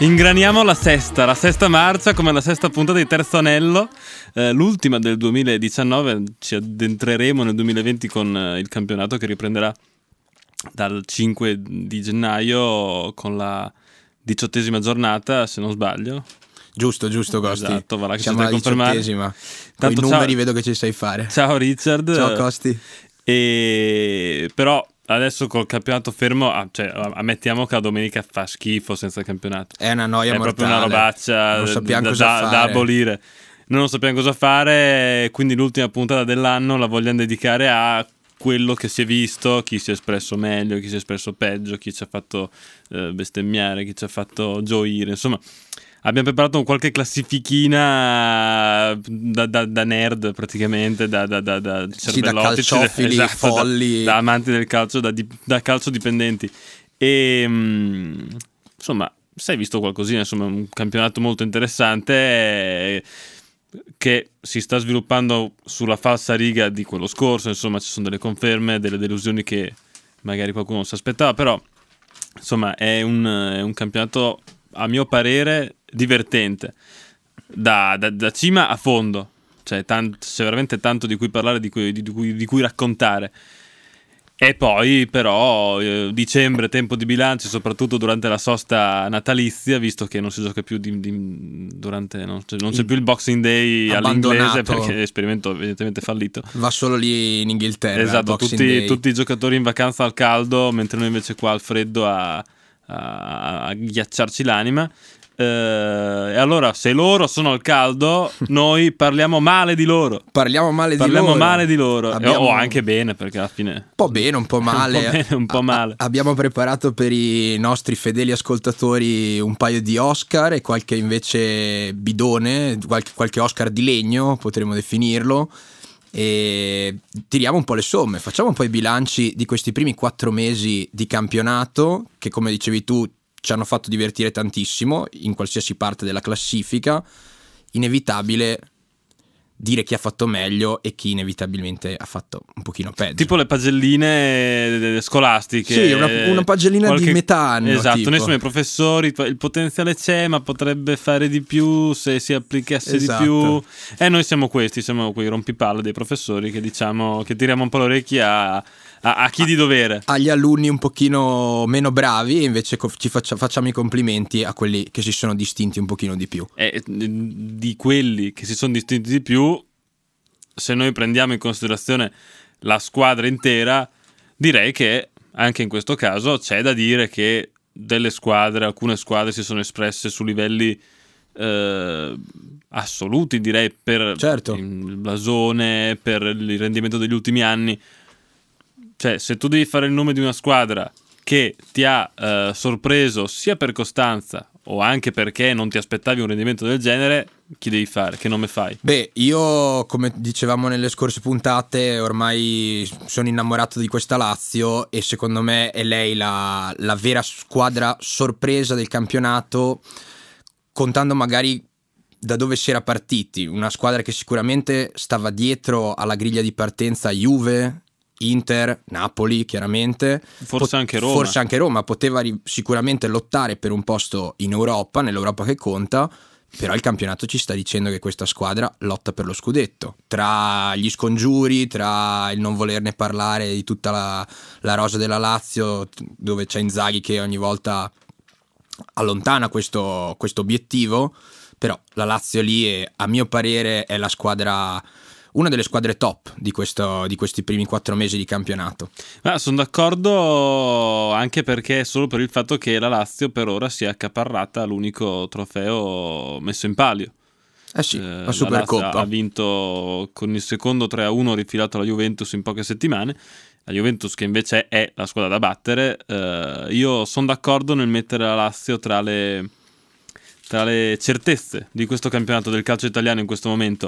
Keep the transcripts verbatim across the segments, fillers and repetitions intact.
Ingraniamo la sesta, la sesta marcia come la sesta puntata di Terzo Anello, eh, l'ultima del duemiladiciannove. Ci addentreremo nel duemilaventi con eh, il campionato che riprenderà dal cinque di gennaio con la diciottesima giornata, se non sbaglio. Giusto, giusto, Costi. Esatto, va là che siamo ci alla stai confermare. diciottesima. Con i numeri ciao, vedo che ci sai fare. Ciao Richard. Ciao Costi. E però adesso col campionato fermo, ah, cioè, ammettiamo che la domenica fa schifo senza il campionato. È una noia è mortale. È proprio una robaccia non sappiamo da, cosa da, fare. da abolire. Noi non sappiamo cosa fare, quindi l'ultima puntata dell'anno la vogliamo dedicare a quello che si è visto, chi si è espresso meglio, chi si è espresso peggio, chi ci ha fatto eh, bestemmiare, chi ci ha fatto gioire, insomma. Abbiamo preparato qualche classifichina da, da, da nerd praticamente, da, da, da, da sì, da calciofili, esatto, folli, da, da amanti del calcio, da, da calcio dipendenti. E insomma, si è visto qualcosina, insomma, un campionato molto interessante eh, che si sta sviluppando sulla falsa riga di quello scorso. Insomma, ci sono delle conferme, delle delusioni che magari qualcuno non si aspettava, però insomma è un, è un campionato, a mio parere, divertente da, da, da cima a fondo, cioè tant- c'è veramente tanto di cui parlare, di cui, di cui, di cui raccontare. E poi però eh, dicembre, tempo di bilancio, soprattutto durante la sosta natalizia, visto che non si gioca più di, di, durante non c'è, non c'è più il Boxing Day all'inglese, perché l'esperimento evidentemente fallito, va solo lì in Inghilterra. Esatto, tutti, tutti i giocatori in vacanza al caldo, mentre noi invece qua al freddo a, a, a ghiacciarci l'anima. E allora, se loro sono al caldo, noi parliamo male di loro. Parliamo male parliamo di loro. male di loro. Abbiamo... O anche bene, perché alla fine. Un po' bene, un po' male. un po' bene, un po' male. A- abbiamo preparato per i nostri fedeli ascoltatori un paio di Oscar e qualche invece bidone, qualche, qualche Oscar di legno, potremmo definirlo. E tiriamo un po' le somme, facciamo un po' i bilanci di questi primi quattro mesi di campionato, che come dicevi tu ci hanno fatto divertire tantissimo in qualsiasi parte della classifica. Inevitabile dire chi ha fatto meglio e chi inevitabilmente ha fatto un pochino peggio. Tipo le pagelline scolastiche. Sì, una, una pagellina qualche... di metà anno. Esatto, tipo. Noi siamo i professori, il potenziale c'è, ma potrebbe fare di più se si applicasse esatto. di più. E noi siamo questi, siamo quei rompipalle dei professori che diciamo che tiriamo un po' le orecchie a, a, a chi di dovere. Agli alunni un pochino meno bravi, e invece ci faccia, facciamo i complimenti a quelli che si sono distinti un pochino di più. E di quelli che si sono distinti di più, se noi prendiamo in considerazione la squadra intera, direi che anche in questo caso c'è da dire che delle squadre, alcune squadre si sono espresse su livelli eh, assoluti, direi, per certo. il blasone, per il rendimento degli ultimi anni. Cioè, se tu devi fare il nome di una squadra che ti ha eh, sorpreso sia per costanza o anche perché non ti aspettavi un rendimento del genere, chi devi fare? Che nome fai? Beh, io, come dicevamo nelle scorse puntate, ormai sono innamorato di questa Lazio e secondo me è lei la, la vera squadra sorpresa del campionato, contando magari da dove si era partiti. Una squadra che sicuramente stava dietro alla griglia di partenza Juve, Inter, Napoli, chiaramente, forse Pot- anche Roma. Forse anche Roma poteva ri- sicuramente lottare per un posto in Europa, nell'Europa che conta, però il campionato ci sta dicendo che questa squadra lotta per lo scudetto. Tra gli scongiuri, tra il non volerne parlare di tutta la, la rosa della Lazio, dove c'è Inzaghi che ogni volta allontana questo, questo obiettivo, però la Lazio lì è, a mio parere, è la squadra, una delle squadre top di, questo, di questi primi quattro mesi di campionato. Ah, sono d'accordo, anche perché solo per il fatto che la Lazio per ora si è accaparrata l'unico trofeo messo in palio. Eh sì, eh, la Supercoppa. Ha vinto con il secondo tre a uno rifilato alla Juventus in poche settimane. La Juventus che invece è la squadra da battere. Eh, io sono d'accordo nel mettere la Lazio tra le, tra le certezze di questo campionato del calcio italiano in questo momento.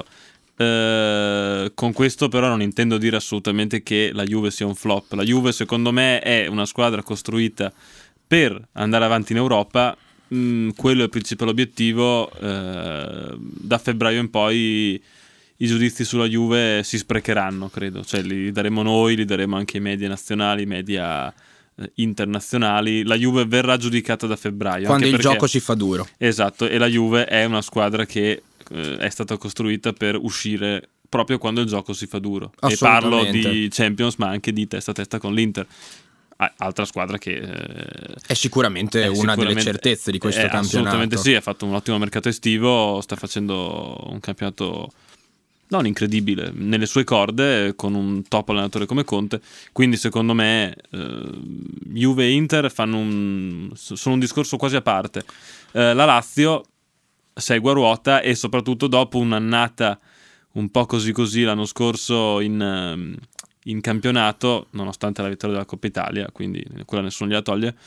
Uh, con questo però non intendo dire assolutamente che la Juve sia un flop. La Juve secondo me è una squadra costruita per andare avanti in Europa. Mm, quello è il principale obiettivo. Uh, da febbraio in poi i giudizi sulla Juve si sprecheranno, credo, cioè li daremo noi, li daremo anche i media nazionali, i media eh, internazionali. La Juve verrà giudicata da febbraio. Quando anche il perché, gioco si fa duro. Esatto, e la Juve è una squadra che eh, è stata costruita per uscire proprio quando il gioco si fa duro. E parlo di Champions, ma anche di testa a testa con l'Inter. Altra squadra che eh, è sicuramente è una sicuramente, delle certezze di questo è, campionato. Assolutamente sì, ha fatto un ottimo mercato estivo, sta facendo un campionato non incredibile nelle sue corde con un top allenatore come Conte, quindi secondo me eh, Juve e Inter fanno un, sono un discorso quasi a parte. eh, la Lazio segue a ruota e soprattutto dopo un'annata un po' così così l'anno scorso in in campionato, nonostante la vittoria della Coppa Italia, quindi quella nessuno gliela toglie,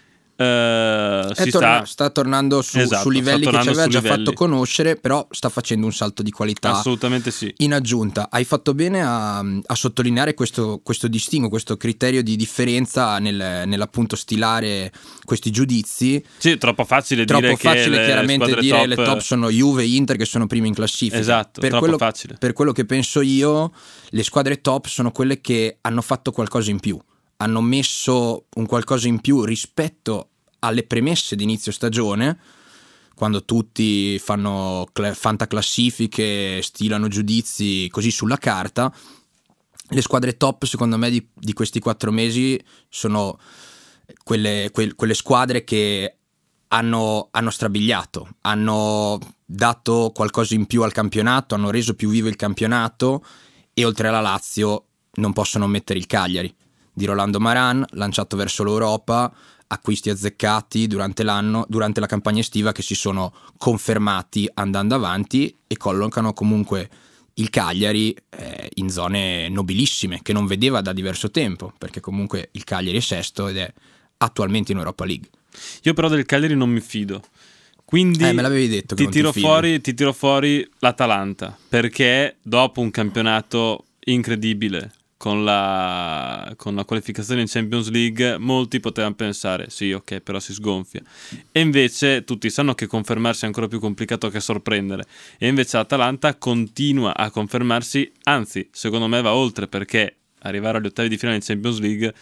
eh, si torna, sta, sta tornando su, esatto, su livelli che ci aveva già livelli. fatto conoscere, però sta facendo un salto di qualità. Assolutamente sì. In aggiunta, hai fatto bene a, a sottolineare questo, questo distinguo, questo criterio di differenza nel, nell'appunto stilare questi giudizi. Sì, troppo facile troppo dire facile che chiaramente le dire top... le top sono Juve e Inter che sono primi in classifica. Esatto, per troppo quello, facile. Per quello che penso io, le squadre top sono quelle che hanno fatto qualcosa in più, hanno messo un qualcosa in più rispetto alle premesse di inizio stagione, quando tutti fanno cl- fantaclassifiche, stilano giudizi così sulla carta. Le squadre top secondo me di, di questi quattro mesi sono quelle, que- quelle squadre che hanno, hanno strabigliato, hanno dato qualcosa in più al campionato, hanno reso più vivo il campionato, e oltre alla Lazio non possono mettere il Cagliari di Rolando Maran, lanciato verso l'Europa, acquisti azzeccati durante l'anno, durante la campagna estiva, che si sono confermati andando avanti e collocano comunque il Cagliari eh, in zone nobilissime che non vedeva da diverso tempo, perché comunque il Cagliari è sesto ed è attualmente in Europa League. Io però del Cagliari non mi fido, quindi eh, me l'avevi detto che ti, tiro ti, fuori, ti tiro fuori l'Atalanta, perché dopo un campionato incredibile con la, con la qualificazione in Champions League, molti potevano pensare sì, ok, però si sgonfia, e invece tutti sanno che confermarsi è ancora più complicato che sorprendere, e invece l'Atalanta continua a confermarsi, anzi secondo me va oltre, perché arrivare agli ottavi di finale in Champions League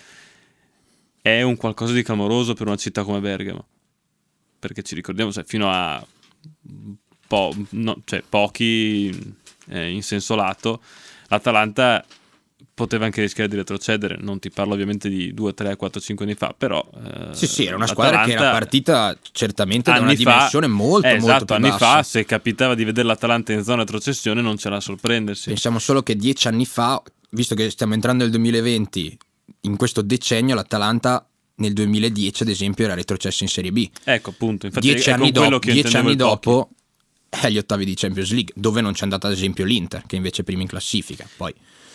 è un qualcosa di clamoroso per una città come Bergamo, perché ci ricordiamo, cioè, fino a po- no, cioè, pochi eh, in senso lato l'Atalanta poteva anche rischiare di retrocedere. Non ti parlo ovviamente di due, tre, quattro, cinque anni fa, però eh, sì sì, era una squadra che era partita certamente da una dimensione fa, molto eh, molto esatto, più anni bassa. fa se capitava di vedere l'Atalanta in zona retrocessione non c'era a sorprendersi. Pensiamo solo che dieci anni fa, visto che stiamo entrando nel duemilaventi, in questo decennio l'Atalanta nel duemiladieci ad esempio era retrocessa in Serie B. Ecco appunto, infatti dieci è anni, con quello dopo, che dieci anni dopo pochi. È agli ottavi di Champions League, dove non c'è andata ad esempio l'Inter, che invece è prima in classifica. Poi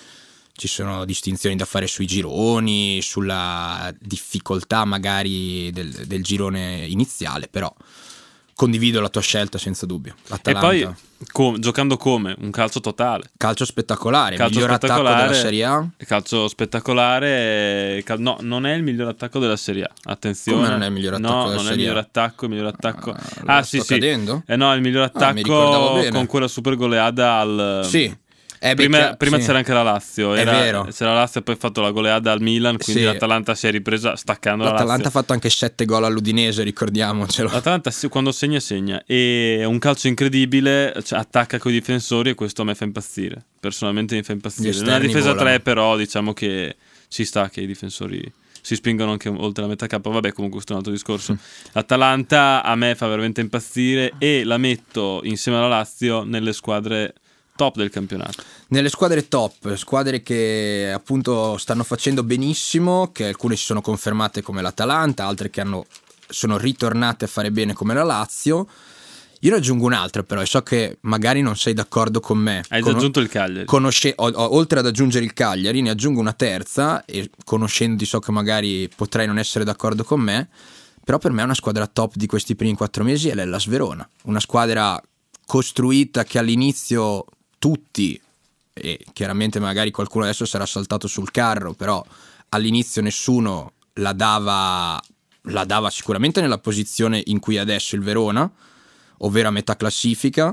ci sono distinzioni da fare sui gironi, sulla difficoltà magari del, del girone iniziale, però condivido la tua scelta senza dubbio. L'Atalanta. E poi com- giocando come? Un calcio totale. Calcio spettacolare, calcio miglior spettacolare, attacco della Serie A. Calcio spettacolare, cal- no, non è il miglior attacco della Serie A. Attenzione. Come non è il miglior attacco no, della non Serie A? è il miglior attacco, il miglior attacco. Ah, ah sì, sì. Cadendo? Eh no, il miglior attacco ah, con quella super goleada al Sì. Eh, prima becca, prima sì. c'era anche la Lazio, era, è vero. C'era la Lazio e poi ha fatto la goleada al Milan, quindi sì. l'Atalanta si è ripresa staccando la L'Atalanta Lazio. ha fatto anche sette gol all'Udinese, ricordiamocelo. L'Atalanta quando segna segna, e è un calcio incredibile, cioè, attacca coi difensori e questo a me fa impazzire, personalmente mi fa impazzire. Nella difesa volano. tre però diciamo che ci sta che i difensori si spingono anche oltre la metà campo, vabbè comunque questo è un altro discorso. Mm. L'Atalanta a me fa veramente impazzire e la metto insieme alla Lazio nelle squadre top del campionato. Nelle squadre top, squadre che appunto stanno facendo benissimo, che alcune si sono confermate come l'Atalanta, altre che hanno, sono ritornate a fare bene come la Lazio. Io ne aggiungo un'altra però, e so che magari non sei d'accordo con me. Hai Con- già aggiunto il Cagliari. Conosce- o- o- oltre ad aggiungere il Cagliari, ne aggiungo una terza, e conoscendoti so che magari potrai non essere d'accordo con me, però per me è una squadra top di questi primi quattro mesi, è l'Hellas Verona. Una squadra costruita che all'inizio tutti, e chiaramente magari qualcuno adesso sarà saltato sul carro, però all'inizio nessuno la dava, la dava sicuramente nella posizione in cui è adesso il Verona, ovvero a metà classifica,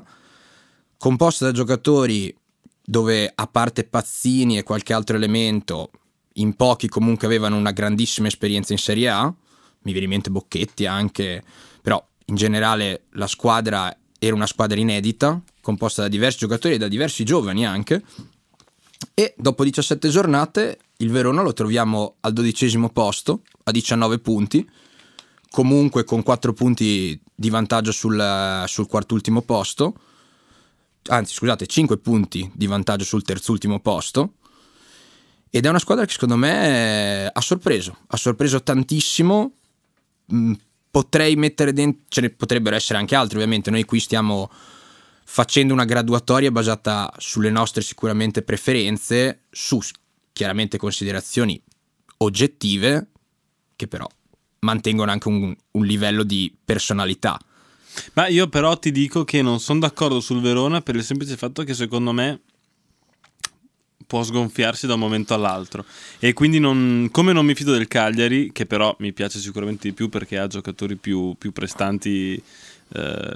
composta da giocatori dove a parte Pazzini e qualche altro elemento in pochi comunque avevano una grandissima esperienza in Serie A, mi viene in mente Bocchetti anche, però in generale la squadra era una squadra inedita, composta da diversi giocatori e da diversi giovani anche, e dopo diciassette giornate il Verona lo troviamo al dodicesimo posto, a diciannove punti, comunque con quattro punti di vantaggio sul, sul quartultimo posto, anzi scusate, cinque punti di vantaggio sul terzultimo posto, ed è una squadra che secondo me ha sorpreso, ha sorpreso tantissimo. Potrei mettere dentro, ce ne potrebbero essere anche altri, ovviamente noi qui stiamo facendo una graduatoria basata sulle nostre sicuramente preferenze, su chiaramente considerazioni oggettive che però mantengono anche un, un livello di personalità. Ma io però ti dico che non sono d'accordo sul Verona per il semplice fatto che secondo me può sgonfiarsi da un momento all'altro, e quindi non, come non mi fido del Cagliari, che però mi piace sicuramente di più perché ha giocatori più, più prestanti eh,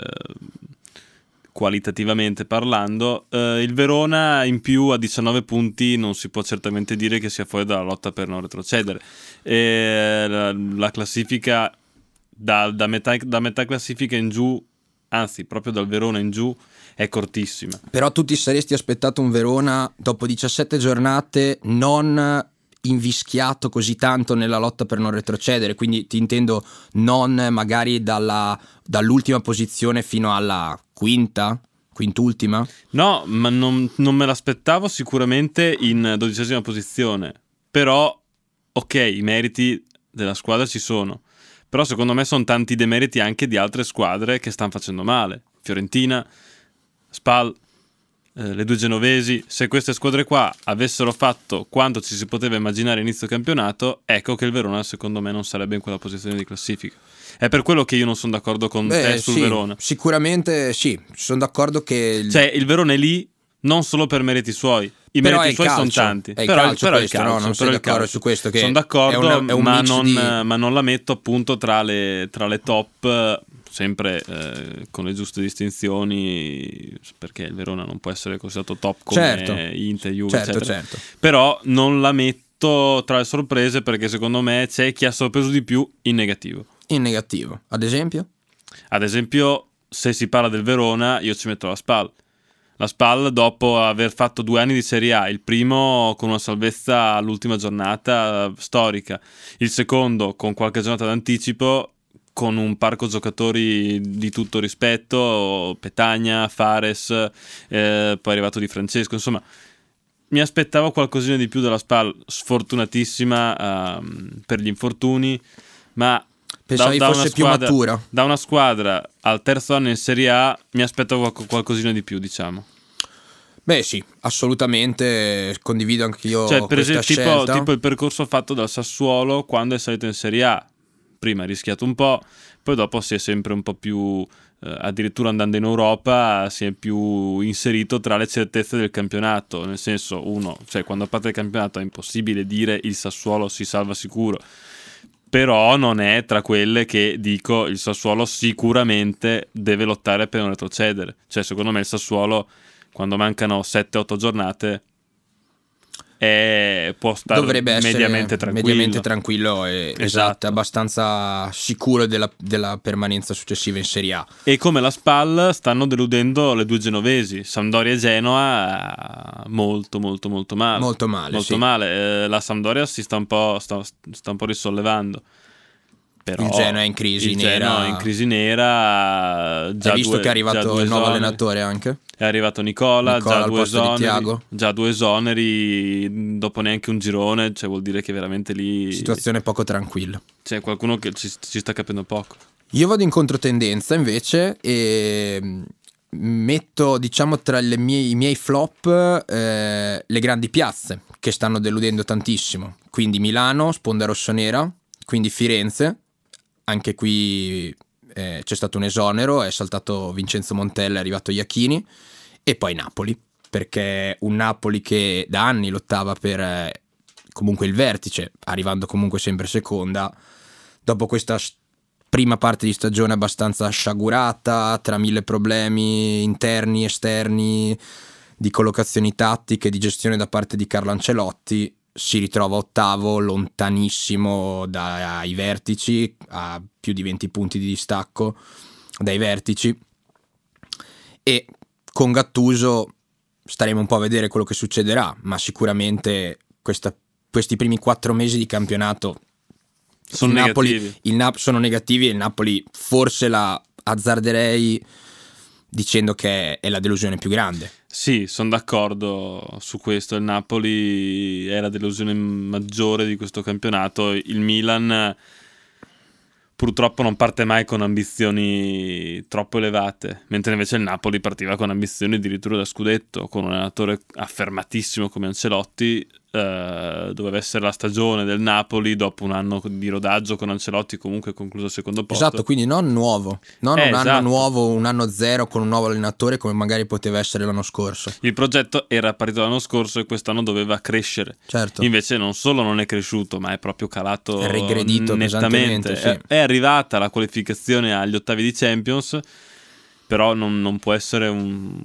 qualitativamente parlando, eh, il Verona in più a diciannove punti non si può certamente dire che sia fuori dalla lotta per non retrocedere, e la, la classifica da, da, metà, da metà classifica in giù, anzi proprio dal Verona in giù, è cortissima. Però tu ti saresti aspettato un Verona dopo diciassette giornate non invischiato così tanto nella lotta per non retrocedere, quindi ti intendo non magari dalla, dall'ultima posizione fino alla quinta, quintultima? No, ma non, non me l'aspettavo sicuramente in dodicesima posizione, però ok, i meriti della squadra ci sono, però secondo me sono tanti demeriti anche di altre squadre che stanno facendo male. Fiorentina, Spal, eh, le due genovesi. Se queste squadre qua avessero fatto quanto ci si poteva immaginare inizio campionato, ecco che il Verona secondo me non sarebbe in quella posizione di classifica. È per quello che io non sono d'accordo con Beh, te sul sì, Verona. Sicuramente sì, sono d'accordo che il... cioè il Verona è lì non solo per meriti suoi, i però meriti suoi sono tanti, è il però, calcio però questo, il calcio, no? Non però sei il d'accordo calcio. su questo, che sono d'accordo, è una, è un ma, mix non, di... ma non la metto appunto tra le, tra le top, sempre eh, con le giuste distinzioni, perché il Verona non può essere considerato top come certo, Inter, Juve, certo, eccetera. certo. Però non la metto tra le sorprese perché secondo me c'è chi ha sorpreso di più in negativo. In negativo, ad esempio? Ad esempio, se si parla del Verona, io ci metto la Spal. La Spal, dopo aver fatto due anni di Serie A, il primo con una salvezza all'ultima giornata storica, il secondo con qualche giornata d'anticipo, con un parco giocatori di tutto rispetto, Petagna, Fares, eh, poi è arrivato Di Francesco, insomma mi aspettavo qualcosina di più dalla Spal, sfortunatissima uh, per gli infortuni, ma pensavi da, da fosse più squadra, matura. Da una squadra al terzo anno in Serie A mi aspettavo qualcosina di più, diciamo. Beh sì, assolutamente, condivido anch'io cioè, per questa esempio, scelta. tipo, tipo il percorso fatto dal Sassuolo quando è salito in Serie A. Prima ha rischiato un po', poi dopo si è sempre un po' più, eh, addirittura andando in Europa, si è più inserito tra le certezze del campionato, nel senso, uno, cioè quando parte il campionato è impossibile dire il Sassuolo si salva sicuro, però non è tra quelle che dico il Sassuolo sicuramente deve lottare per non retrocedere. Cioè secondo me il Sassuolo quando mancano sette otto giornate è, può stare dovrebbe essere mediamente tranquillo, mediamente tranquillo e, esatto. esatto, abbastanza sicuro della, della permanenza successiva in Serie A. E come la Spal stanno deludendo le due genovesi, Sampdoria e Genoa, molto molto molto male, molto male, molto sì. male. Eh, la Sampdoria si sta un po', sta, sta un po' risollevando. Però il Genoa è in crisi il nera. Genoa è in crisi nera. Già Hai visto due, che è arrivato il nuovo esoneri. allenatore anche? È arrivato Nicola, Nicola già, al due posto di esoneri, Thiago. già due esoneri dopo neanche un girone, cioè vuol dire che veramente lì Situazione poco tranquilla. c'è qualcuno che ci, ci sta capendo poco. Io vado in controtendenza invece e metto, diciamo, tra le mie, i miei flop eh, le grandi piazze che stanno deludendo tantissimo, quindi Milano, sponda rossonera, quindi Firenze, anche qui eh, c'è stato un esonero, è saltato Vincenzo Montella, è arrivato Iachini, e poi Napoli, perché un Napoli che da anni lottava per eh, comunque il vertice, arrivando comunque sempre seconda, dopo questa prima parte di stagione abbastanza sciagurata, tra mille problemi interni, esterni, di collocazioni tattiche, di gestione da parte di Carlo Ancelotti, si ritrova ottavo, lontanissimo dai vertici, a più di venti punti di distacco dai vertici, e con Gattuso staremo un po' a vedere quello che succederà, ma sicuramente questa, questi primi quattro mesi di campionato sono il Napoli, negativi. il Nap- sono negativi e il Napoli forse la azzarderei dicendo che è la delusione più grande. Sì, sono d'accordo su questo. Il Napoli è la delusione maggiore di questo campionato. Il Milan purtroppo non parte mai con ambizioni troppo elevate, mentre invece il Napoli partiva con ambizioni addirittura da scudetto, con un allenatore affermatissimo come Ancelotti. Uh, doveva essere la stagione del Napoli dopo un anno di rodaggio con Ancelotti comunque concluso al secondo posto. Esatto, quindi non nuovo, non eh, un esatto. anno nuovo, un anno zero con un nuovo allenatore come magari poteva essere l'anno scorso. Il progetto era partito l'anno scorso e quest'anno doveva crescere. Certo. Invece non solo non è cresciuto, ma è proprio calato, è regredito nettamente. Sì. È, è arrivata la qualificazione agli ottavi di Champions, però non, non può essere un,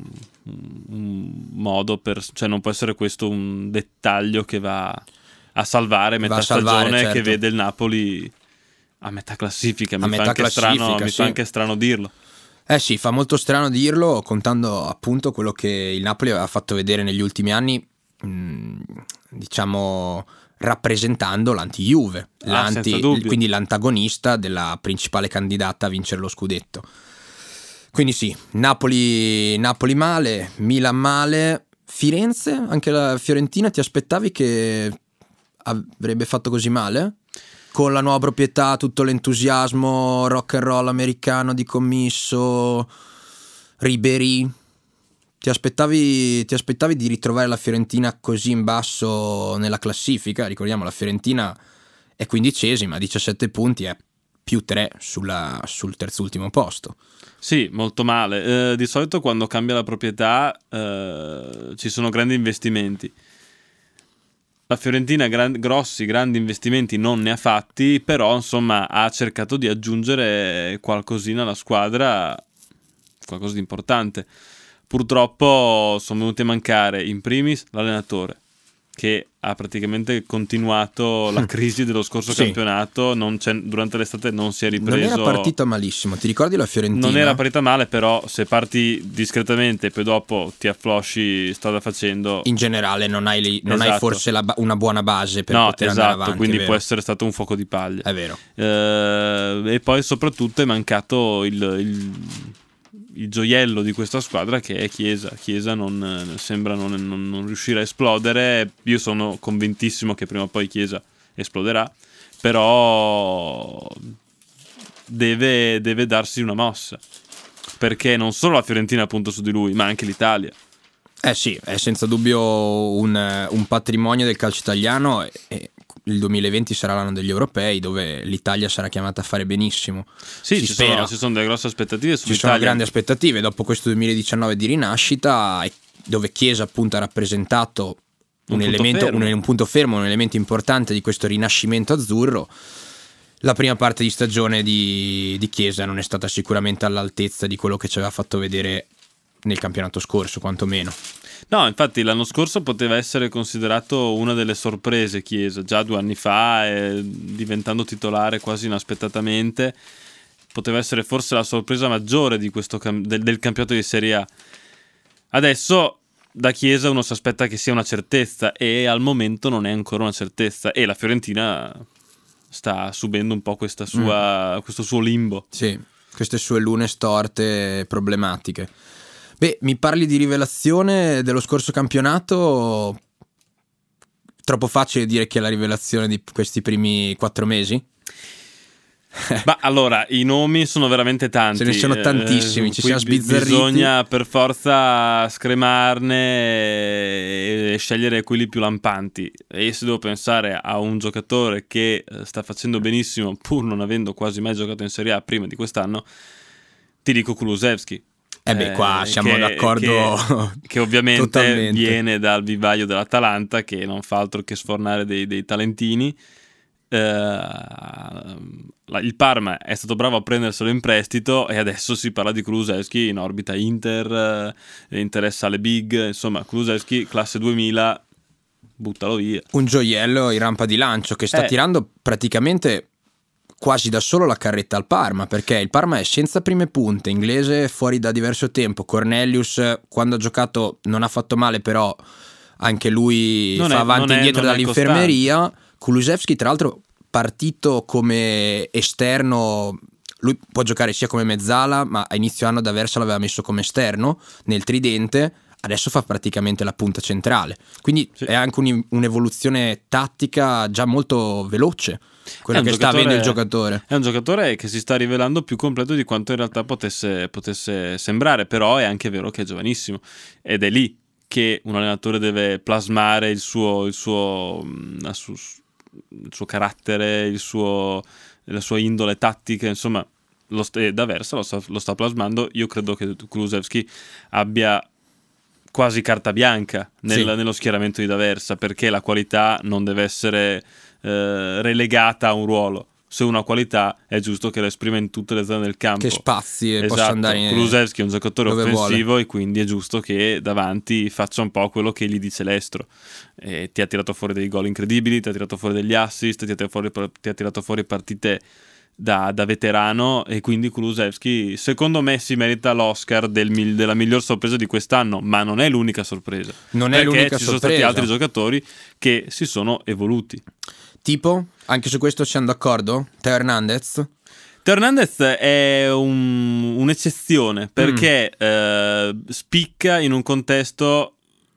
un modo per, cioè non può essere questo un dettaglio che va a salvare metà a salvare, stagione, certo. che vede il Napoli a metà classifica. Mi, a fa, metà anche classifica, strano, sì. mi fa anche strano dirlo. Eh sì, fa molto strano dirlo, contando appunto quello che il Napoli aveva fatto vedere negli ultimi anni, mh, diciamo rappresentando l'anti-Juve, Ah, l'anti, senza dubbio. quindi l'antagonista della principale candidata a vincere lo scudetto. Quindi sì, Napoli, Napoli male, Milan male, Firenze, anche la Fiorentina, ti aspettavi che avrebbe fatto così male? Con la nuova proprietà, tutto l'entusiasmo rock and roll americano di commisso, Ribéry, ti aspettavi, ti aspettavi di ritrovare la Fiorentina così in basso nella classifica? Ricordiamo, la Fiorentina è quindicesima, diciassette punti, è più tre sulla, sul terzultimo posto. Sì, molto male. Eh, di solito quando cambia la proprietà eh, ci sono grandi investimenti. La Fiorentina gran, grossi, grandi investimenti non ne ha fatti, però insomma ha cercato di aggiungere qualcosina alla squadra, qualcosa di importante. Purtroppo sono venuti a mancare in primis l'allenatore, che ha praticamente continuato la crisi dello scorso Sì. campionato, non c'è, durante l'estate non si è ripreso. Non era partita malissimo, ti ricordi la Fiorentina? Non era partita male, però se parti discretamente e poi dopo ti afflosci strada facendo, in generale non hai, li, non esatto. hai forse la ba- una buona base per no, poter esatto, andare avanti. quindi è può vero. essere stato un fuoco di paglia. È vero. Eh, e poi soprattutto è mancato il, il, il gioiello di questa squadra, che è Chiesa. Chiesa non sembra non, non, non riuscire a esplodere. Io sono convintissimo che prima o poi Chiesa esploderà, però deve, deve darsi una mossa, perché non solo la Fiorentina punta su di lui, ma anche l'Italia. Eh sì, è senza dubbio un, un patrimonio del calcio italiano, e il duemilaventi sarà l'anno degli europei, dove l'Italia sarà chiamata a fare benissimo. Sì, si ci spera. sono, ci sono delle grosse aspettative Ci sull'Italia. sono grandi aspettative dopo questo duemiladiciannove di rinascita, dove Chiesa appunto ha rappresentato un, Un punto elemento, fermo. un, un punto fermo, un elemento importante di questo rinascimento azzurro. La prima parte di stagione di, di Chiesa non è stata sicuramente all'altezza di quello che ci aveva fatto vedere nel campionato scorso, quantomeno. No, infatti l'anno scorso poteva essere considerato una delle sorprese Chiesa, già due anni fa, eh, diventando titolare quasi inaspettatamente. Poteva essere forse la sorpresa maggiore di questo cam- del, del campionato di Serie A. Adesso da Chiesa uno si aspetta che sia una certezza, e al momento non è ancora una certezza, e la Fiorentina sta subendo un po' questa sua, mm. questo suo limbo. Sì, queste sue lune storte problematiche. Beh, mi parli di rivelazione dello scorso campionato? Troppo facile dire che è la rivelazione di questi primi quattro mesi? Ma allora, i nomi sono veramente tanti. Ce ne sono tantissimi, eh, ci siamo sbizzarriti. Bisogna per forza scremarne e scegliere quelli più lampanti. E se devo pensare a un giocatore che sta facendo benissimo, pur non avendo quasi mai giocato in Serie A prima di quest'anno, ti dico Kulusevski. Eh beh, qua siamo che, d'accordo. Che, che ovviamente totalmente. Viene dal vivaio dell'Atalanta, che non fa altro che sfornare dei, dei talentini. Uh, il Parma è stato bravo a prenderselo in prestito, e adesso si parla di Kulusevski in orbita Inter, uh, interessa alle big, insomma Kulusevski classe duemila, buttalo via. Un gioiello in rampa di lancio che sta Eh. tirando praticamente quasi da solo la carretta al Parma, perché il Parma è senza prime punte, Inglese fuori da diverso tempo, Cornelius quando ha giocato non ha fatto male, però anche lui Non fa è- avanti non e è- indietro non è dall'infermeria. Kulusevski tra l'altro partito come esterno, lui può giocare sia come mezzala, ma a inizio anno da Versa l'aveva messo come esterno nel tridente, adesso fa praticamente la punta centrale, quindi Sì. è anche un- un'evoluzione tattica già molto veloce quella È un che sta giocatore- avendo il giocatore. È un giocatore che si sta rivelando più completo di quanto in realtà potesse, potesse sembrare, però è anche vero che è giovanissimo ed è lì che un allenatore deve plasmare il suo, il suo, mh, la su- il suo carattere, il suo, la sua indole tattica, insomma, lo st- da Versa lo sta, lo sta plasmando. Io credo che Kulusevski abbia quasi carta bianca nel- Sì. nello schieramento di D'Aversa, perché la qualità non deve essere eh, relegata a un ruolo. Se uno ha qualità è giusto che la esprima in tutte le zone del campo. Che spazi e Esatto. possa andare in- Kulusevski è un giocatore dove offensivo e quindi è giusto che davanti faccia un po' quello che gli dice l'estro. E ti ha tirato fuori dei gol incredibili, ti ha tirato fuori degli assist, ti ha tirato fuori, ti ha tirato fuori partite da, da veterano, e quindi Kulusevski secondo me si merita l'Oscar del mil- della miglior sorpresa di quest'anno, ma non è l'unica sorpresa. Non è perché l'unica ci sono sorpresa. stati altri giocatori che si sono evoluti. Tipo, anche su questo siamo d'accordo? Teo Hernandez? Teo Hernandez è un- un'eccezione perché Mm. eh, spicca in un contesto